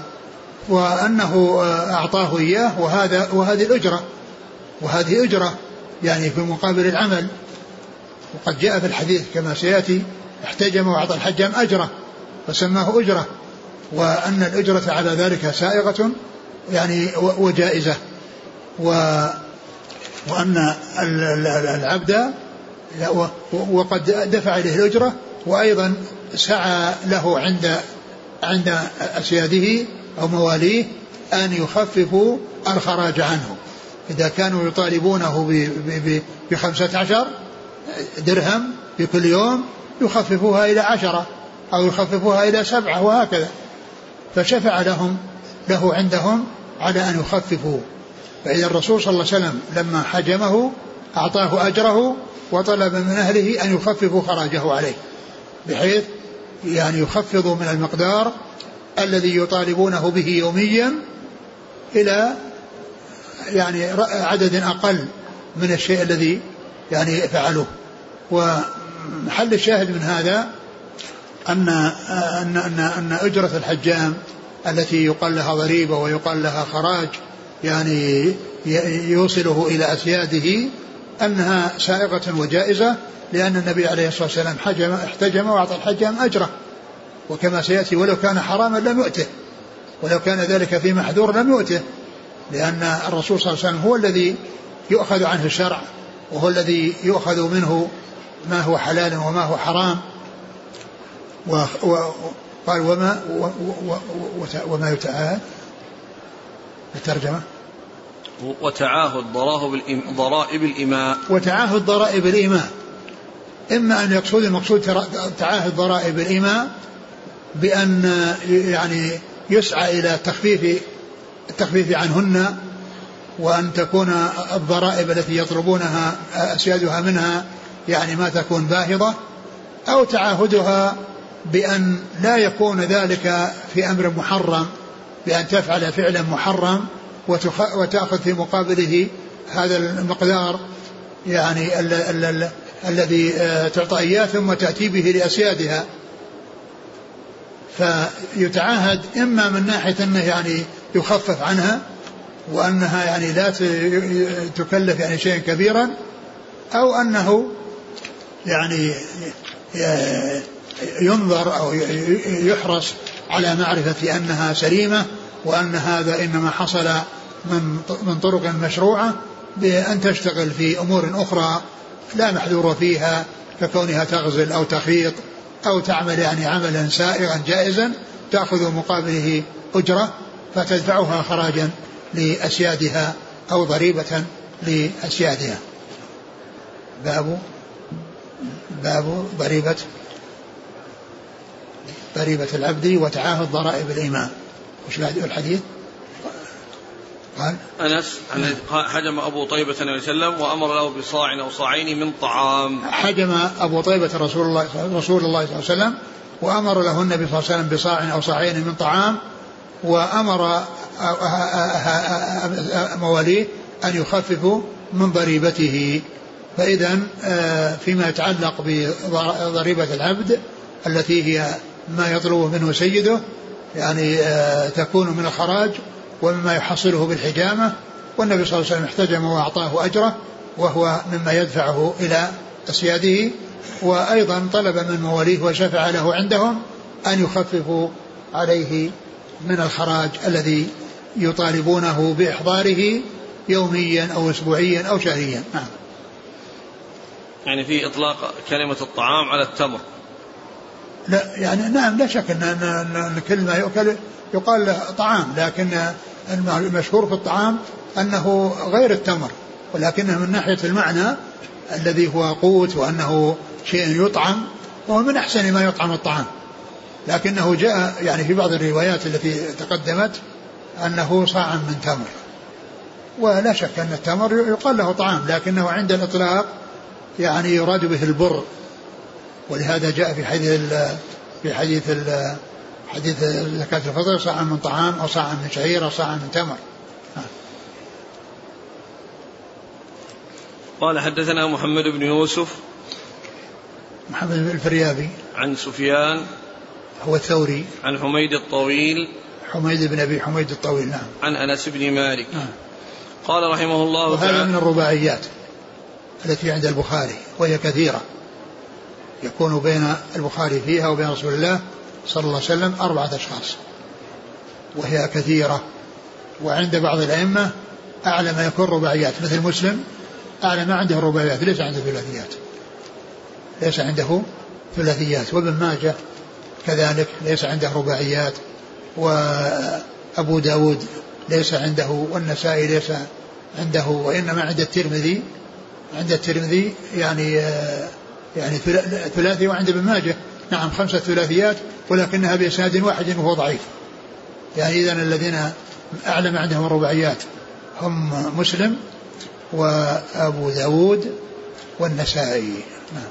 وأنه أعطاه إياه وهذا وهذه الأجرة وهذه أجرة يعني في مقابل العمل. وقد جاء في الحديث كما سيأتي احتجم وأعطى الحجام أجرة فسماه أجرة, وأن الأجرة على ذلك سائغة يعني وجائزة, و وأن العبد وقد دفع إليه الأجرة وأيضا سعى له عند عند أسياده أو مواليه أن يخففوا الخراج عنه. إذا كانوا يطالبونه بخمسة عشر درهم في كل يوم يخففوها إلى عشرة أو يخففوها إلى سبعة وهكذا, فشفع لهم له عندهم على أن يخففوا. فإذا الرسول صلى الله عليه وسلم لما حجمه أعطاه أجره وطلب من أهله أن يخففوا خراجه عليه بحيث يعني يخفضوا من المقدار الذي يطالبونه به يوميا إلى يعني عدد أقل من الشيء الذي يعني فعلوه. ومحل الشاهد من هذا أن, أن, أن, أن أجرة الحجام التي يقال لها ضريبة ويقال لها خراج يعني يوصله إلى أسياده أنها سائغة وجائزة, لأن النبي عليه الصلاة والسلام حجم احتجم وأعطى الحجام أجره, وكما سيأتي ولو كان حراما لم يؤته, ولو كان ذلك في محذور لم يؤته, لأن الرسول صلى الله عليه وسلم هو الذي يؤخذ عنه الشرع وهو الذي يؤخذ منه ما هو حلال وما هو حرام. وقال وما وما يتعاهد الترجمة
وتعاهد ضرائب الإماء
وتعاهد ضرائب الإماء, إما أن يقصد المقصود تعاهد ضرائب الإماء بأن يعني يسعى إلى تخفيف التخفيف عنهن, وأن تكون الضرائب التي يطلبونها أسيادها منها يعني ما تكون باهظة, أو تعاهدها بأن لا يكون ذلك في أمر محرم, بأن تفعل فعلا محرم وتأخذ في مقابله هذا المقدار يعني ال ال ال الذي تعطى إياه ثم تأتي به لأسيادها. فيتعاهد إما من ناحية أنه يعني يخفف عنها وأنها يعني لا تكلف يعني شيئا كبيرا, أو أنه يعني ينظر أو يحرص على معرفة أنها سليمة, وأن هذا إنما حصل من من طرق مشروعة بأن تشتغل في أمور أخرى لا محذور فيها ككونها تغزل أو تخيط أو تعمل يعني عملا سائغا جائزا تأخذ مقابله أجرة فتدفعها خراجا لأسيادها أو ضريبة لأسيادها. باب باب ضريبة ضريبة العبد وتعاهد ضرائب الإمام. وش بعد الحديث؟ قال
أنس حجم أبو طيبة النبي صلى الله عليه وسلم وأمر له بصاع أو صاعين من طعام.
حجم أبو طيبة رسول الله رسول الله صلى الله عليه وسلم وأمر له النبي صلى الله عليه وسلم بصاع أو صاعين من طعام, وأمر مواليه أن يخففوا من ضريبته. فإذا فيما يتعلق بضريبة العبد التي هي ما يطلبه منه سيده يعني تكون من الخراج ومما يحصله بالحجامة, والنبي صلى الله عليه وسلم احتجم وأعطاه أجره وهو مما يدفعه إلى أسياده, وأيضا طلب من مواليه وشفع له عندهم أن يخففوا عليه من الخراج الذي يطالبونه بإحضاره يوميا أو أسبوعيا أو شهريا. نعم.
يعني في إطلاق كلمة الطعام على التمر.
لا يعني نعم لا شك أن كل ما يؤكل يقال له طعام, لكن المشهور في الطعام أنه غير التمر, ولكنه من ناحية المعنى الذي هو قوت وأنه شيء يطعم وهو من أحسن ما يطعم الطعام، لكنه جاء يعني في بعض الروايات التي تقدمت أنه صاع من تمر، ولا شك أن التمر يقال له طعام، لكنه عند الإطلاق يعني يراد به البر، ولهذا جاء في حديث في حديث حديث زكاة الفطر صاع من طعام أو صاع من شعير أو صاع من تمر.
قال حدثنا محمد بن يوسف
محمد بن الفريابي
عن سفيان
هو الثوري
عن حميد الطويل
حميد بن أبي حميد الطويل نعم
عن أنس بن مالك
نعم.
قال رحمه الله
وهذا
تعالى
من الرباعيات التي عند البخاري وهي كثيرة، يكون بين البخاري فيها وبين رسول الله صلى الله عليه وسلم أربعة أشخاص، وهي كثيرة. وعند بعض الأئمة أعلى ما يكون رباعيات، مثل مسلم أعلى ما عنده رباعيات، ليس عنده ثلاثيات، ليس عنده ثلاثيات. وابن ماجه كذلك ليس عنده رباعيات، وأبو داود ليس عنده، والنسائي ليس عنده، وإنما عند الترمذي عند الترمذي يعني يعني ثلاثي، وعند ابن ماجه نعم خمسة ثلاثيات ولكنها بإسناد واحد وهو ضعيف. يعني إذن الذين أعلم عندهم الرباعيات هم مسلم وأبو داود والنسائي. نعم.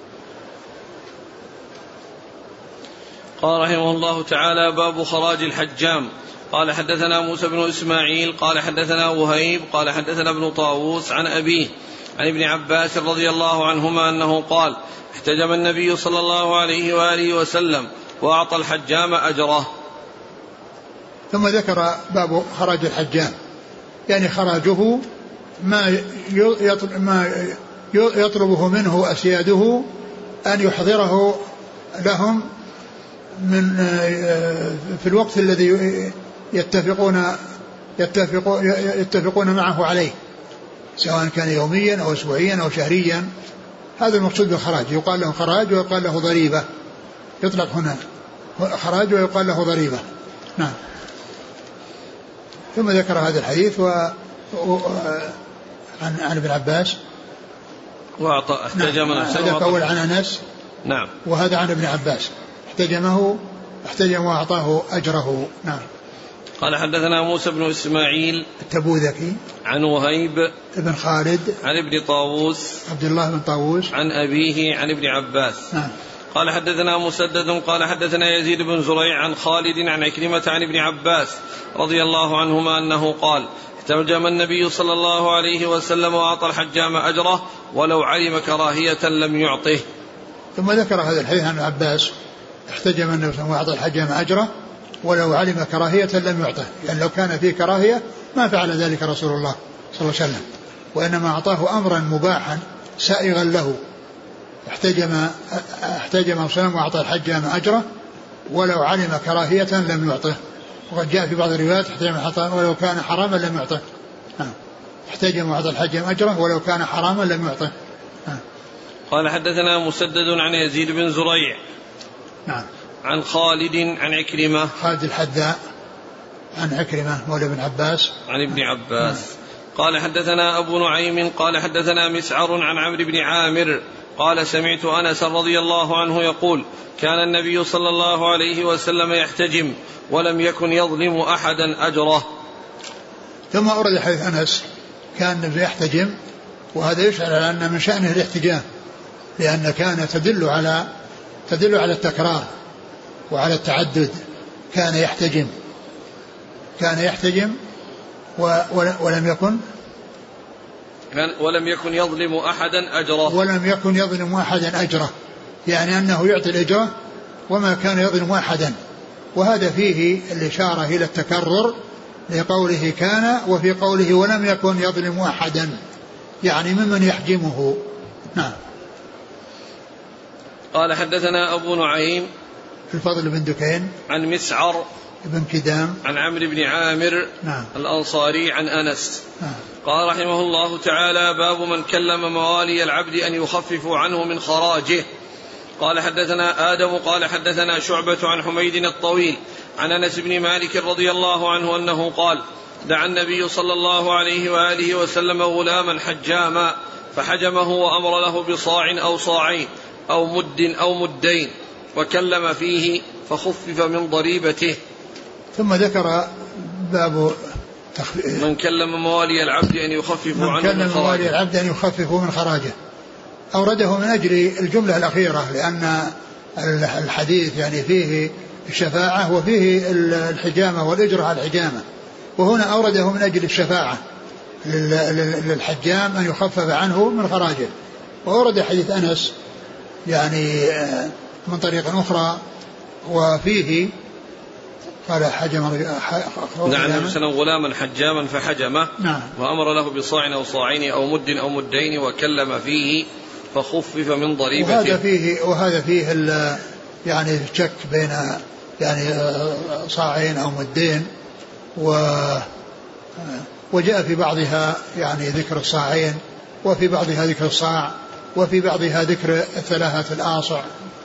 قال رحمه الله تعالى باب خراج الحجام. قال حدثنا موسى بن إسماعيل قال حدثنا وهيب قال حدثنا ابن طاووس عن أبيه عن ابن عباس رضي الله عنهما أنه قال احتجم النبي صلى الله عليه وآله وسلم وأعطى الحجام أجره.
ثم ذكر باب خراج الحجام، يعني خراجه ما يطلبه منه أسياده أن يحضره لهم من في الوقت الذي يتفقون يتفقون معه عليه، سواء كان يوميا أو أسبوعيا أو شهريا. هذا المقصود بالخراج، يقال له خراج ويقال له ضريبة، يطلق هنا خراج ويقال له ضريبة. نعم. ثم ذكر هذا الحديث و... و... عن عن ابن عباس
واعطى احتجم نفسه.
هذا أول عن أنس
نعم،
وهذا عن ابن عباس احتجمه احتجم وأعطاه أجره. نعم.
قال حدثنا موسى بن إسماعيل
التبوذكي
عن وهيب
ابن خالد
عن ابن طاووس
عبد الله بن طاووس
عن أبيه عن ابن عباس.
نعم.
قال حدثنا مسدد قال حدثنا يزيد بن زريع عن خالد عن عكرمة عن ابن عباس رضي الله عنهما أنه قال احتجم النبي صلى الله عليه وسلم وأعطى الحجام أجره ولو علم كراهية لم يعطه.
ثم ذكر هذا الحديث عن احتجم النبي صلى الله عليه وسلم وأعطى الحجام أجره ولو علم كراهية لم يعطه، يعني لو كان فيه كراهية ما فعل ذلك رسول الله صلى الله عليه وسلم، وإنما أعطاه أمرا مباحا سائغا له. احتجم احتجم وسلم وأعطى الحجام أجره ولو علم كراهية لم يعطه. وقد جاء في بعض الروايات احتجم ولو كان حراما لم يعطه. احتجم وأعطى الحجام أجره ولو كان حراما لم يعطه.
قال حدثنا مسدد عن يزيد بن زريع
نعم
عن خالد عن عكرمة
خالد الحذاء عن عكرمة مولى بن عباس
عن ابن عباس. نعم. قال حدثنا أبو نعيم قال حدثنا مسعر عن عمرو بن عامر قال سمعت أنس رضي الله عنه يقول كان النبي صلى الله عليه وسلم يحتجم ولم يكن يظلم أحدا أجره.
ثم أورد حديث أنس كان النبي يحتجم، وهذا يشعر على أن من شأنه الاحتجام، لأن كان تدل على تدل على التكرار وعلى التعدد. كان يحتجم كان يحتجم ولم يكن
ولم يكن يظلم أحدا أجره
ولم يكن يظلم أحدا أجره، يعني أنه يعطي الأجرة وما كان يظلم أحدا. وهذا فيه الإشارة إلى التكرر لقوله كان، وفي قوله ولم يكن يظلم أحدا، يعني ممن يحجمه. نعم.
قال حدثنا أبو نعيم
الفضل بن دكين
عن مسعر
بن كدام
عن عمرو بن عامر
نعم.
الأنصاري عن أنس.
نعم.
قال رحمه الله تعالى باب من كلم موالي العبد أن يخففوا عنه من خراجه. قال حدثنا آدم قال حدثنا شعبة عن حميد الطويل عن أنس بن مالك رضي الله عنه أنه قال دعا النبي صلى الله عليه وآله وسلم غلاما حجاما فحجمه وأمر له بصاع أو صاعين أو مد أو مدين وكلم فيه فخفف من ضريبته.
ثم ذكر باب
من كلم موالي العبد أن يخففوا عنه
من كلم موالي العبد أن يخففوا من خراجه. أورده من أجل الجملة الأخيرة لأن الحديث يعني فيه الشفاعة وفيه الحجامة والإجرة على الحجامة، وهنا أورده من أجل الشفاعة للحجام أن يخفف عنه من خراجه. وأورد حديث أنس يعني من طريق أخرى وفيه قال حجم
نعم مثلا غلاما حجاما فحجمه
نعم.
وأمر له بصاع أو صاعين أو مد أو مدين وكلم فيه فخفف من ضريبته.
وهذا فيه وهذا فيه يعني شك بين يعني صاعين أو مدين، و وجاء في بعضها يعني ذكر الصاعين وفي بعضها ذكر الصاع وفي بعضها ذكر الثلاثة الآصع،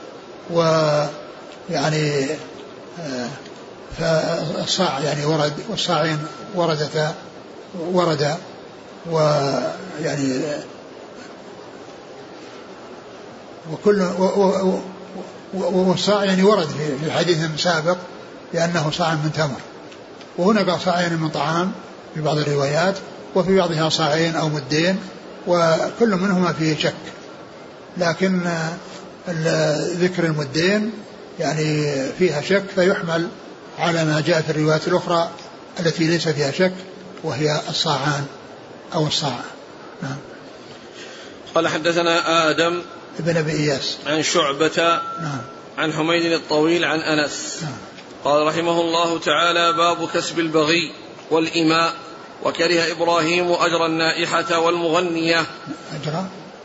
ويعني فالصاع يعني ورد والصاعين وردتا ورد ويعني وكل والصاع يعني ورد في حديث سابق لأنه صاع من تمر، وهنا قال صاعين من طعام في بعض الروايات وفي بعضها صاعين أو مدين، وكل منهما فيه شك، لكن ذكر المدين يعني فيها شك فيحمل على ما جاء في الروايات الأخرى التي ليس فيها شك وهي الصاعان أو الصاع. نعم.
قال حدثنا آدم
ابن أبي إياس
عن شعبة
نعم.
عن حميد الطويل عن أنس
نعم.
قال رحمه الله تعالى باب كسب البغي والإماء وكره إبراهيم أجر النائحة والمغنية
أجر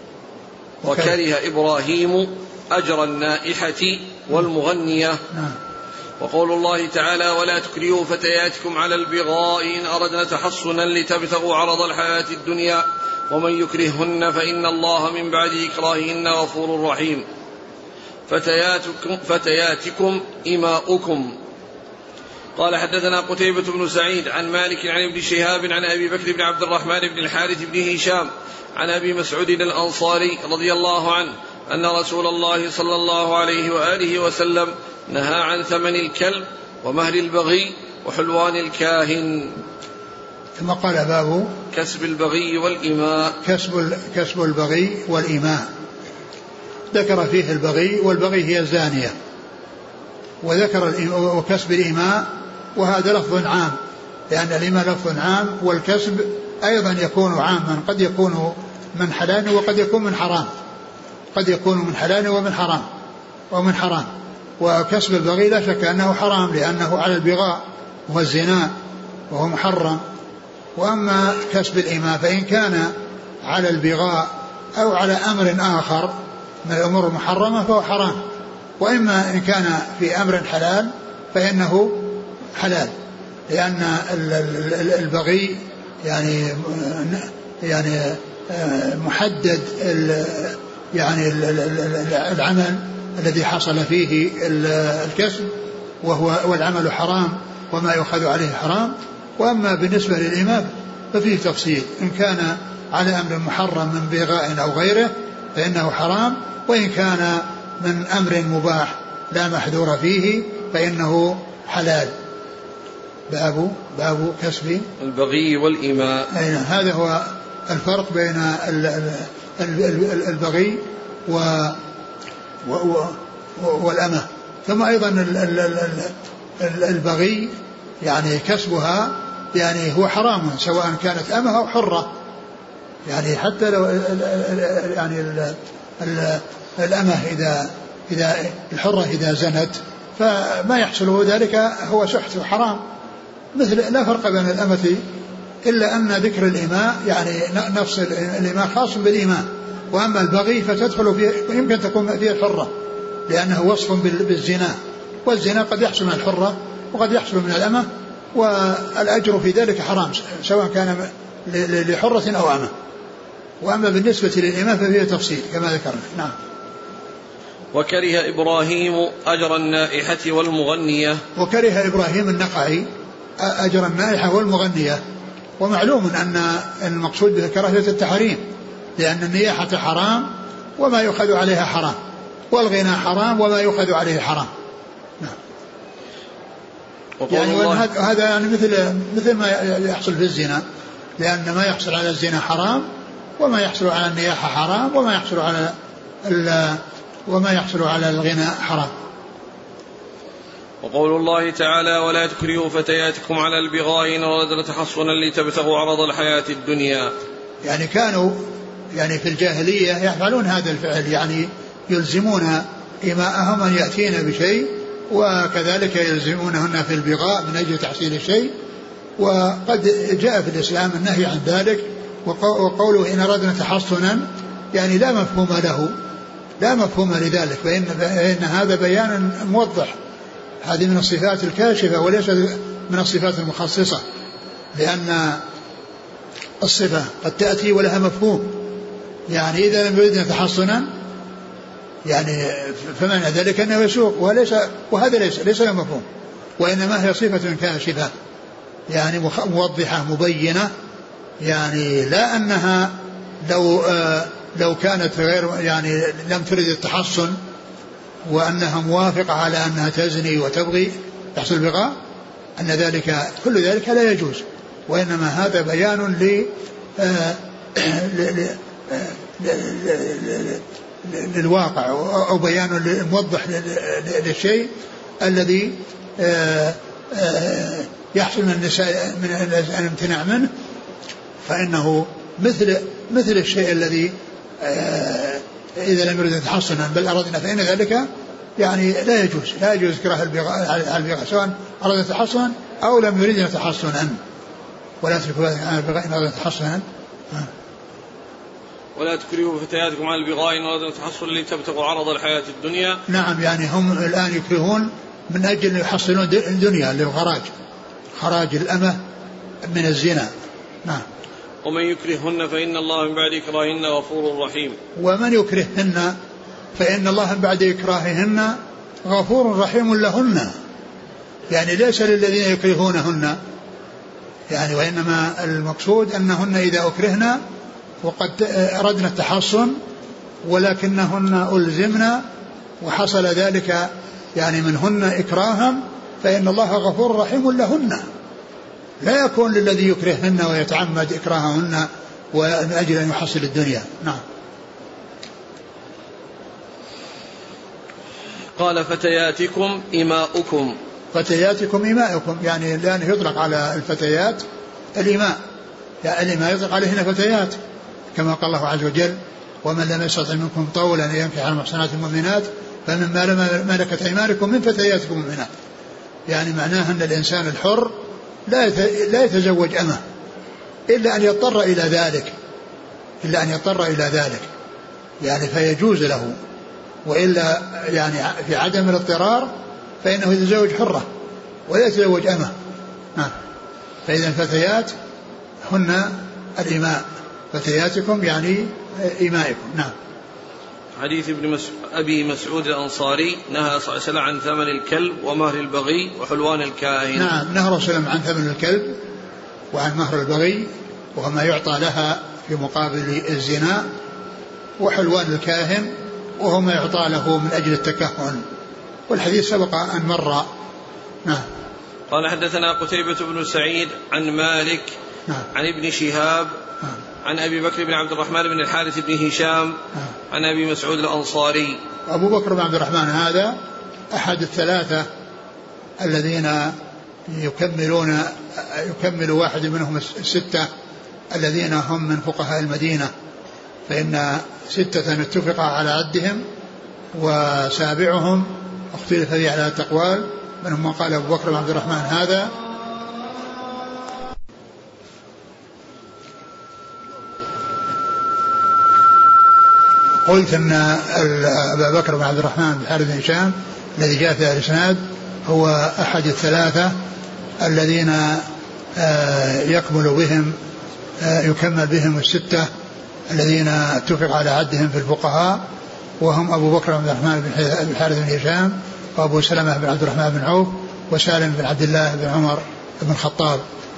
وكره إبراهيم أجر النائحة والمغنية.
نعم.
وقول الله تعالى ولا تكرهوا فتياتكم على البغاء إن أردنا تحصنا لتبتغوا عرض الحياة الدنيا ومن يكرههن فإن الله من بعد إكراههن غفور رحيم. فتياتكم, فتياتكم إماؤكم. قال حدثنا قتيبة بن سعيد عن مالك عن ابن شهاب عن أبي بكر بن عبد الرحمن بن الحارث بن هشام عن أبي مسعود الأنصاري رضي الله عنه أن رسول الله صلى الله عليه وآله وسلم نهى عن ثمن الكلب ومهر البغي وحلوان الكاهن.
ثم قال باب
كسب البغي والإماء.
كسب, كسب البغي والإماء. ذكر فيه البغي، والبغي هي الزانية، وذكر وكسب الإماء، وهذا لفظ عام لأن الإماء لفظ عام، والكسب أيضا يكون عاما، قد يكون من حلال وقد يكون من حرام، قد يكون من حلال ومن حرام ومن حرام. وكسب البغي لا شك أنه حرام لأنه على البغاء والزنا وهو محرم. وأما كسب الإماء فإن كان على البغاء أو على أمر آخر من الأمور المحرمة فهو حرام، وإما إن كان في أمر حلال فإنه حلال، لأن البغي يعني يعني محدد يعني العمل الذي حصل فيه الكسب وهو والعمل حرام وما يؤخذ عليه حرام. وأما بالنسبة للإماء ففيه تفصيل، إن كان على أمر محرم من بغاء أو غيره فإنه حرام، وإن كان من أمر مباح لا محذور فيه فإنه حلال. باب باب كسب
البغي والإماء.
هذا هو الفرق بين البغي والأمة. ثم أيضا البغي يعني كسبها يعني هو حرام سواء كانت أمة أو حرة، يعني حتى لو يعني الأمة إذا إذا الحرة إذا زنت فما يحصل ذلك هو سحت وحرام، مثل لا فرق بين الأمة إلا أن ذكر الإماء يعني نفس الإماء خاص بالإماء، وأما البغي فتدخل فيه يمكن تكون فيه الحرة لأنه وصف بالزنا، والزنا قد يحصل من الحرة وقد يحصل من الأمة، والأجر في ذلك حرام سواء كان لحرة أو أمة. وأما بالنسبة للإماء ففيه تفصيل كما ذكرنا. نعم.
وكره إبراهيم أجر النائحة والمغنية.
وكره إبراهيم النخعي أجر النائحة والمغنية، ومعلوم أن المقصود به كراهية التحريم، لأن النياحة حرام وما يؤخذ عليها حرام، والغنى حرام وما يؤخذ عليه حرام. نعم. يعني هذا يعني مثل مثل ما يحصل في الزنا، لأن ما يحصل على الزنا حرام، وما يحصل على النياحة حرام، وما يحصل على وما يحصل على الغنى حرام.
وقول الله تعالى: ولا تكرهوا فتياتكم على البغاء إن أردنا تحصنا لتبتغوا عرض الحياة الدنيا. يعني
كانوا يعني في الجاهلية يفعلون هذا الفعل، يعني يلزمون إماءهم أن يأتين بشيء، وكذلك يلزمونهن في البغاء من أجل تحصيل الشيء. وقد جاء في الإسلام النهي عن ذلك، وقوله إن أردنا تحصنا يعني لا مفهوم له، لا مفهوم لذلك، فإن, فإن هذا بيان موضح. هذه من الصفات الكاشفة وليس من الصفات المخصصة، لأن الصفة قد تأتي ولها مفهوم. يعني إذا لم يردنا تحصنا يعني فمعنى ذلك أنه يسوق، وليس وهذا ليس ليس له مفهوم، وإنما هي صفة كاشفة يعني موضحة مبينة. يعني لا أنها لو آه لو كانت غير يعني لم ترد التحصن وأنها موافقة على أنها تزني وتبغي تحصل بغاء، أن ذلك كل ذلك لا يجوز، وإنما هذا بيان ل للواقع أو بيان موضح للشيء الذي يحصل من النساء من الامتناع منه، فإنه مثل مثل الشيء الذي إذا لم يرد تحصنا بل أردنا فإن ذلك يعني لا يجوز لا يجوز كراهة البغاء سواء أراد تحصنا أو لم يرد تحصنا. ولا تكرهوا البغاء إن أردنا تحصنا
ولا تكرهوا فتياتكم على البغاء إن أردنا تحصنا لتبتغوا عرض الحياة الدنيا.
نعم، يعني هم الآن يكرهون من أجل أن يحصلون الدنيا للخراج، خراج الأمة من الزنا. نعم.
ومن يكرههن فإن الله من بعد إكراههن غفور رحيم.
ومن يكرههن فإن الله من بعد إكراههن غفور رحيم لهن، يعني ليس للذين يكرهونهن يعني، وإنما المقصود أنهن إذا أكرهن وقد أردنا التحصن ولكنهن ألزمنا وحصل ذلك يعني منهن إكراها، فإن الله غفور رحيم لهن، لا يكون للذي يكرههن ويتعمد إكراههن ومن أجل أن يحصل الدنيا. نعم.
قال فتياتكم إماؤكم.
فتياتكم إماؤكم يعني لأنه يطلق على الفتيات الإماء، يعني الإماء يطلق عليهن فتيات، كما قال الله عز وجل: ومن لم يستطع منكم طولا أن ينكح المحصنات المؤمنات فمما ملكت أيمانكم من فتياتكم المؤمنات. يعني معناه أن الإنسان الحر لا يتزوج أمه إلا أن يضطر إلى ذلك، إلا أن يضطر إلى ذلك يعني فيجوز له، وإلا يعني في عدم الاضطرار فإنه يتزوج حرة ولا يتزوج أمه. نعم. فإذا الفتيات هن الإماء، فتياتكم يعني إمائكم. نعم.
حديث ابن مسعود أبي مسعود الأنصاري نهى صلى الله عليه وسلم عن ثمن الكلب ومهر البغي وحلوان الكاهن.
نعم، نهى رسول الله عن ثمن الكلب وعن مهر البغي وهو ما يعطى لها في مقابل الزنا، وحلوان الكاهن وهو ما يعطى له من أجل التكهن، والحديث سبق أن مر. نعم.
قال حدثنا قتيبة بن سعيد عن مالك نعم. عن ابن شهاب نعم. عن أبي بكر بن عبد الرحمن بن الحارث بن هشام نعم. عن أبي مسعود الأنصاري.
أبو بكر بن عبد الرحمن هذا أحد الثلاثة الذين يكملون يكمل واحد منهم الستة الذين هم من فقهاء المدينة، فإن ستة اتفق على عدهم وسابعهم اختلف فيه على التقوال، منهم من قال أبو بكر بن عبد الرحمن هذا. قلت أن أبا بكر بن عبد الرحمن بن حارث بن هشام الذي جاء في الإسناد هو أحد الثلاثة الذين يكمل بهم يكمل بهم الستة الذين اتفق على عدهم في الفقهاء، وهم أبو بكر بن عبد الرحمن بن حارث بن هشام وأبو سلمة بن عبد الرحمن بن عوف وسالم بن عبد الله بن عمر بن الخطاب.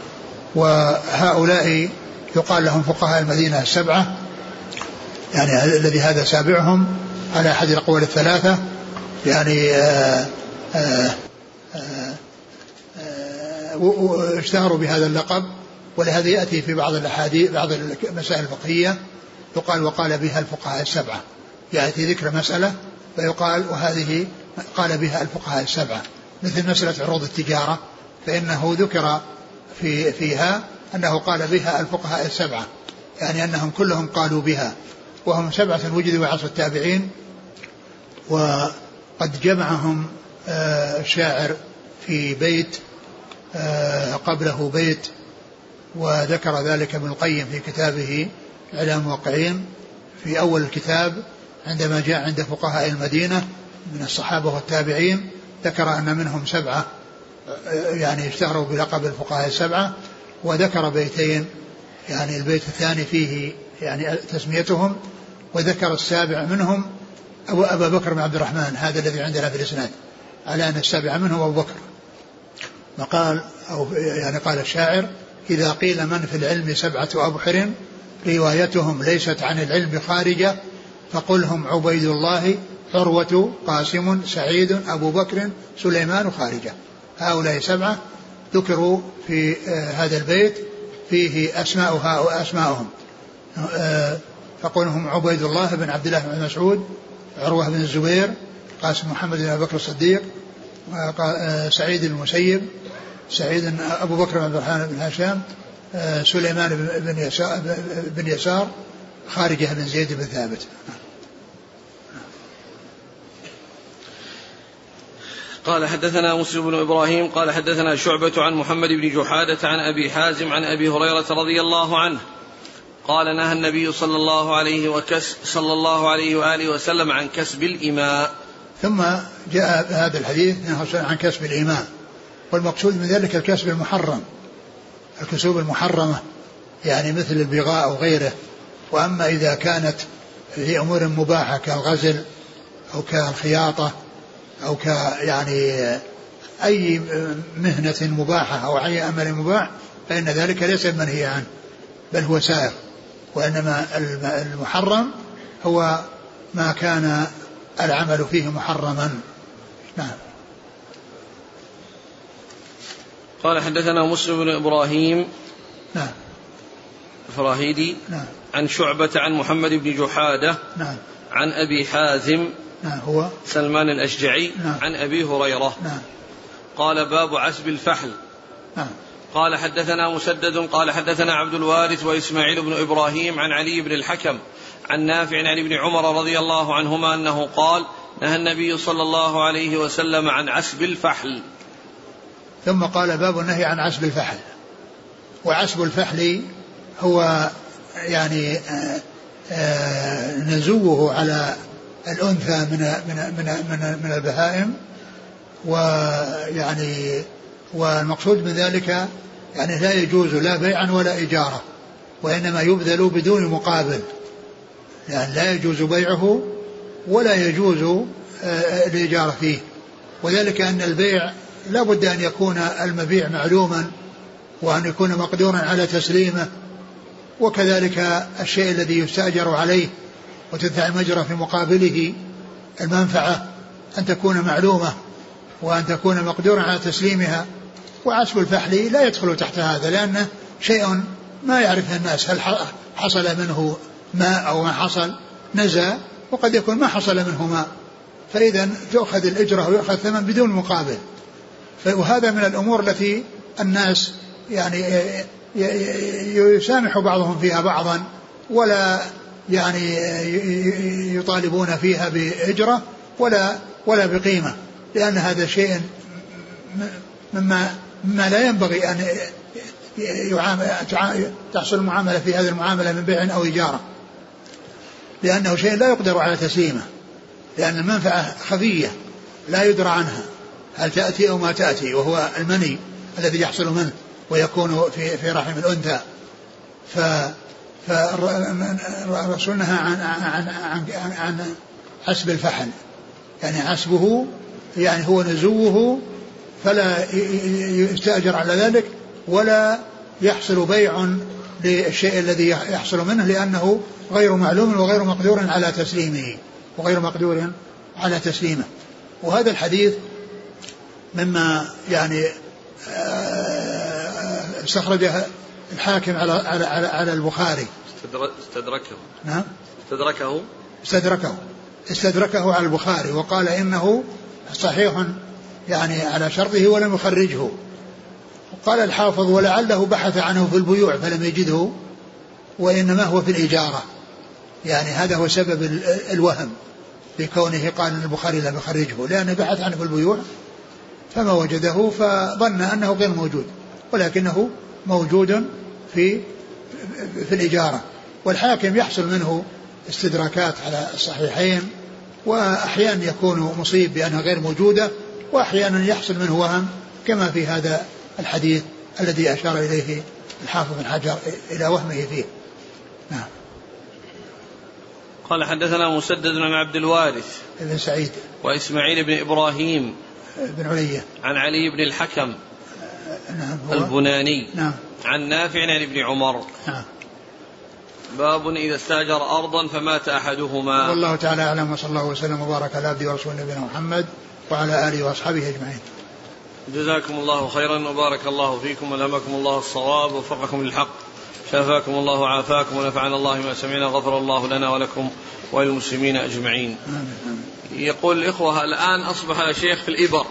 وهؤلاء يقال لهم فقهاء المدينة السبعة، يعني الذي هذا سابعهم، على أحد الأقوال الثلاثة يعني آآ آآ آآ اشتهروا بهذا اللقب. ولهذا يأتي في بعض الأحاديث بعض المسائل الفقهية يقال وقال بها الفقهاء السبعة، يأتي ذكر مسألة فيقال وهذه قال بها الفقهاء السبعة، مثل مسألة عروض التجارة فإنه ذكر في فيها أنه قال بها الفقهاء السبعة، يعني أنهم كلهم قالوا بها، وهم سبعة وجدوا عصر التابعين. وقد جمعهم الشاعر في بيت قبله بيت، وذكر ذلك ابن القيم في كتابه إعلام الموقعين في أول الكتاب عندما جاء عند فقهاء المدينة من الصحابة والتابعين، ذكر أن منهم سبعة يعني اشتهروا بلقب الفقهاء السبعة، وذكر بيتين يعني البيت الثاني فيه يعني تسميتهم، وذكر السابع منهم أبو أبا بكر بن عبد الرحمن، هذا الذي عندنا في الإسناد، على أن السابع منهم أبو بكر. وقال أو يعني قال الشاعر: إذا قيل من في العلم سبعة أبحر روايتهم ليست عن العلم خارجة، فقلهم عبيد الله عروة قاسم سعيد أبو بكر سليمان خارجة. هؤلاء سبعة ذكروا في هذا البيت فيه أسماؤها وأسماؤهم، فقلهم عبيد الله بن عبد الله بن مسعود، عروة بن الزبير، قاسم محمد بن أبي بكر الصديق، سعيد المسيب، سعيد أبو بكر بن عبد الرحمن بن هشام، سليمان بن يسار, بن يسار خارجة بن زيد بن ثابت.
قال حدثنا مسلم بن إبراهيم قال حدثنا شعبة عن محمد بن جحادة عن أبي حازم عن أبي هريرة رضي الله عنه قال: نهى النبي صلى الله عليه وكس صلى الله عليه وآله وسلم عن كسب الإماء.
ثم جاء هذا الحديث عن كسب الإماء، والمقصود من ذلك الكسب المحرم، الكسوب المحرمة يعني مثل البغاء أو غيره. وأما إذا كانت في أمور مباحة كالغزل أو كالخياطة أو ك يعني أي مهنة مباحة أو أي عمل مباح فإن ذلك ليس منهي عنه بل هو سائر، وإنما المحرم هو ما كان العمل فيه محرما. نعم.
قال حدثنا مسلم بن إبراهيم
نعم
الفراهيدي
نعم
عن شعبة عن محمد بن جحادة
نعم
عن أبي حازم
نعم هو
سلمان الأشجعي
نعم
عن أبي هريرة
نعم
قال: باب عسب الفحل.
نعم.
قال حدثنا مسدد قال حدثنا عبد الوارث وإسماعيل بن إبراهيم عن علي بن الحكم عن نافع عن ابن عمر رضي الله عنهما أنه قال: نهى النبي صلى الله عليه وسلم عن عسب الفحل.
ثم قال: باب النهي عن عسب الفحل. وعسب الفحل هو يعني آآ آآ نزوه على الأنثى من من من من, من البهائم، ويعني والمقصود من ذلك يعني لا يجوز لا بيعا ولا إجارة، وإنما يبذل بدون مقابل، يعني لا يجوز بيعه ولا يجوز الإجارة فيه. وذلك أن البيع لا بد أن يكون المبيع معلوما وأن يكون مقدورا على تسليمه، وكذلك الشيء الذي يستأجر عليه وتدفع المجرى في مقابله المنفعة أن تكون معلومة وأن تكون مقدورا على تسليمها. وعسب الفحل لا يدخل تحت هذا، لأنه شيء ما يعرفه الناس، هل حصل منه ماء أو ما حصل نزى، وقد يكون ما حصل منه ماء، فإذا تأخذ الإجرة ويأخذ ثمن بدون مقابل. وهذا من الأمور التي الناس يعني يسامح بعضهم فيها بعضا، ولا يعني يطالبون فيها بإجرة ولا ولا بقيمة، لأن هذا شيء مما مما لا ينبغي أن تحصل المعاملة في هذه المعاملة من بيع أو إجارة، لأنه شيء لا يقدر على تسليمه، لأن المنفعة خفية لا يدرى عنها هل تأتي أو ما تأتي، وهو المني الذي يحصل منه ويكون في في رحم الأنثى. ف فالرسول نهى عن عن عن عن عسب الفحل، يعني عسبه يعني هو نزوه، فلا يستأجر على ذلك ولا يحصل بيع للشيء الذي يحصل منه، لأنه غير معلوم وغير مقدور على تسليمه. وغير مقدور على تسليمه. وهذا الحديث مما يعني استخرجه الحاكم على على على, على البخاري.
استدركه.
نعم.
استدركه.
استدركه. استدركه على البخاري وقال إنه صحيح يعني على شرطه ولم يخرجه. قال الحافظ ولعله بحث عنه في البيوع فلم يجده وإنما هو في الإجارة. يعني هذا هو سبب الوهم بكونه قال أن البخاري لم يخرجه، لأنه بحث عنه في البيوع فما وجده فظن أنه غير موجود، ولكنه موجود في في الإجارة. والحاكم يحصل منه استدراكات على الصحيحين، وأحيانا يكون مصيب بأنها غير موجودة، وأحيانا يحصل منه وهم كما في هذا الحديث الذي أشار إليه الحافظ بن حجر إلى وهمه فيه. نعم.
قال حدثنا مسدد بن عبد الوارث
بن سعيد
وإسماعيل بن إبراهيم
بن علية
عن علي بن الحكم
نعم
البناني
نعم
عن نافع عن ابن عمر.
نعم.
باب إذا استأجر أرضا فمات أحدهما.
والله تعالى أعلم، وصلى الله وسلم وبارك على عبده ورسوله نبينا محمد وعلى آله وأصحابه أجمعين.
جزاكم الله خيرا وبارك الله فيكم ولهمكم الله الصواب ووفقكم للحق، شافاكم الله وعافاكم ونفعنا الله ما سمعنا، غفر الله لنا ولكم وللمسلمين أجمعين. يقول الإخوة الآن أصبح يا شيخ في الإبر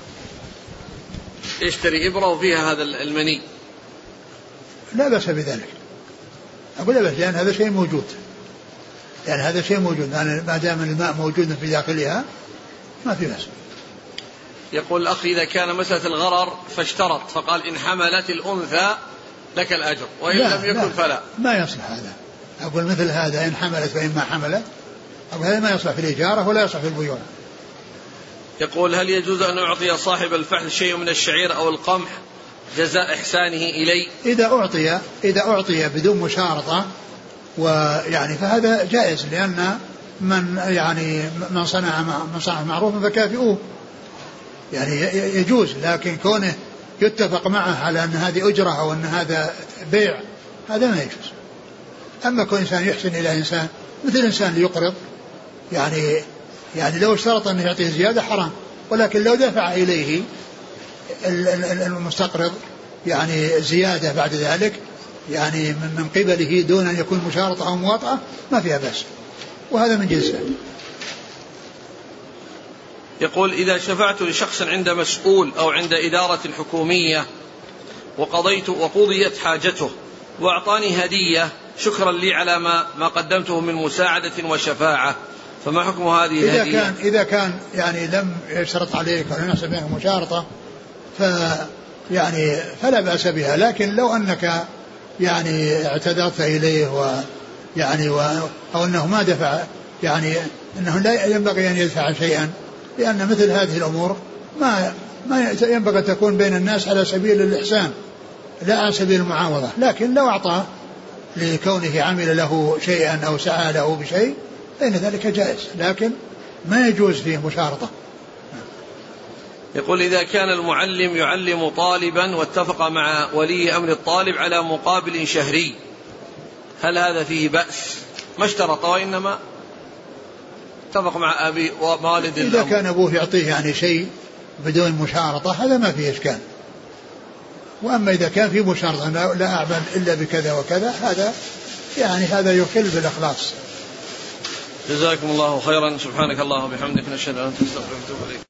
يشتري إبرة وفيها هذا المني،
لا بأس بذلك، أقول لا بأس، لأن هذا شيء موجود، يعني هذا شيء موجود، يعني ما دام الماء موجود في داخلها ما في بأس.
يقول الأخ إذا كان مسألة الغرر فاشترط فقال إن حملت الأنثى لك الأجر وإن لم يكن
لا
فلا،
ما يصلح هذا. أقول مثل هذا إن حملت فإما حملت، أقول هذا ما يصلح في الإجارة ولا يصلح في البيوع.
يقول هل يجوز أن أعطي صاحب الفحل شيء من الشعير أو القمح جزاء إحسانه إلي؟
إذا أعطي إذا أعطي بدون مشارطة ويعني فهذا جائز، لأن من يعني من صنع من صنع معروفا فكافئوه، يعني يجوز، لكن كونه يتفق معه على أن هذه أجرة أو أن هذا بيع هذا ما يجوز. أما كون إنسان يحسن إلى إنسان مثل إنسان ليقرض، يعني يعني لو اشترط أن يعطيه زيادة حرام، ولكن لو دفع إليه المستقرض يعني زيادة بعد ذلك يعني من قبله دون أن يكون مشارطة أو مواطأة ما فيها بأس، وهذا من جنسه.
يقول إذا شفعت لشخص عند مسؤول أو عند إدارة حكومية وقضيت وقضيت حاجته وأعطاني هدية شكرا لي على ما ما قدمته من مساعدة وشفاعة، فما حكم هذه
إذا
الهدية؟
كان إذا كان يعني لم يشترط عليك ولم يحصل بينه مشارطة ف يعني فلا بأس بها، لكن لو أنك يعني اعتذرت إليه ويعني و أو أنه ما دفع، يعني أنه لا ينبغي أن يدفع شيئا، لأن مثل هذه الأمور ما ما ينبغي أن تكون بين الناس على سبيل الإحسان لا على سبيل المعاوضة. لكن لو أعطاه لكونه عمل له شيئا أو سعى له بشيء فإن ذلك جائز، لكن ما يجوز فيه مشارطة.
يقول إذا كان المعلم يعلم طالبا واتفق مع ولي أمر الطالب على مقابل شهري هل هذا فيه بأس؟ ما اشترط وإنما اتفق مع أبي ووالد
إذا
الأمر.
كان أبوه يعطيه يعني شيء بدون مشارطة هذا ما فيه إشكال. وأما إذا كان في مشارطة لا أعمل إلا بكذا وكذا هذا يعني هذا يخل بالإخلاص.
جزاكم الله خيرا، سبحانك اللهم وبحمدك نشهد أن لا إله إلا أنت نستغفرك ونتوب إليك.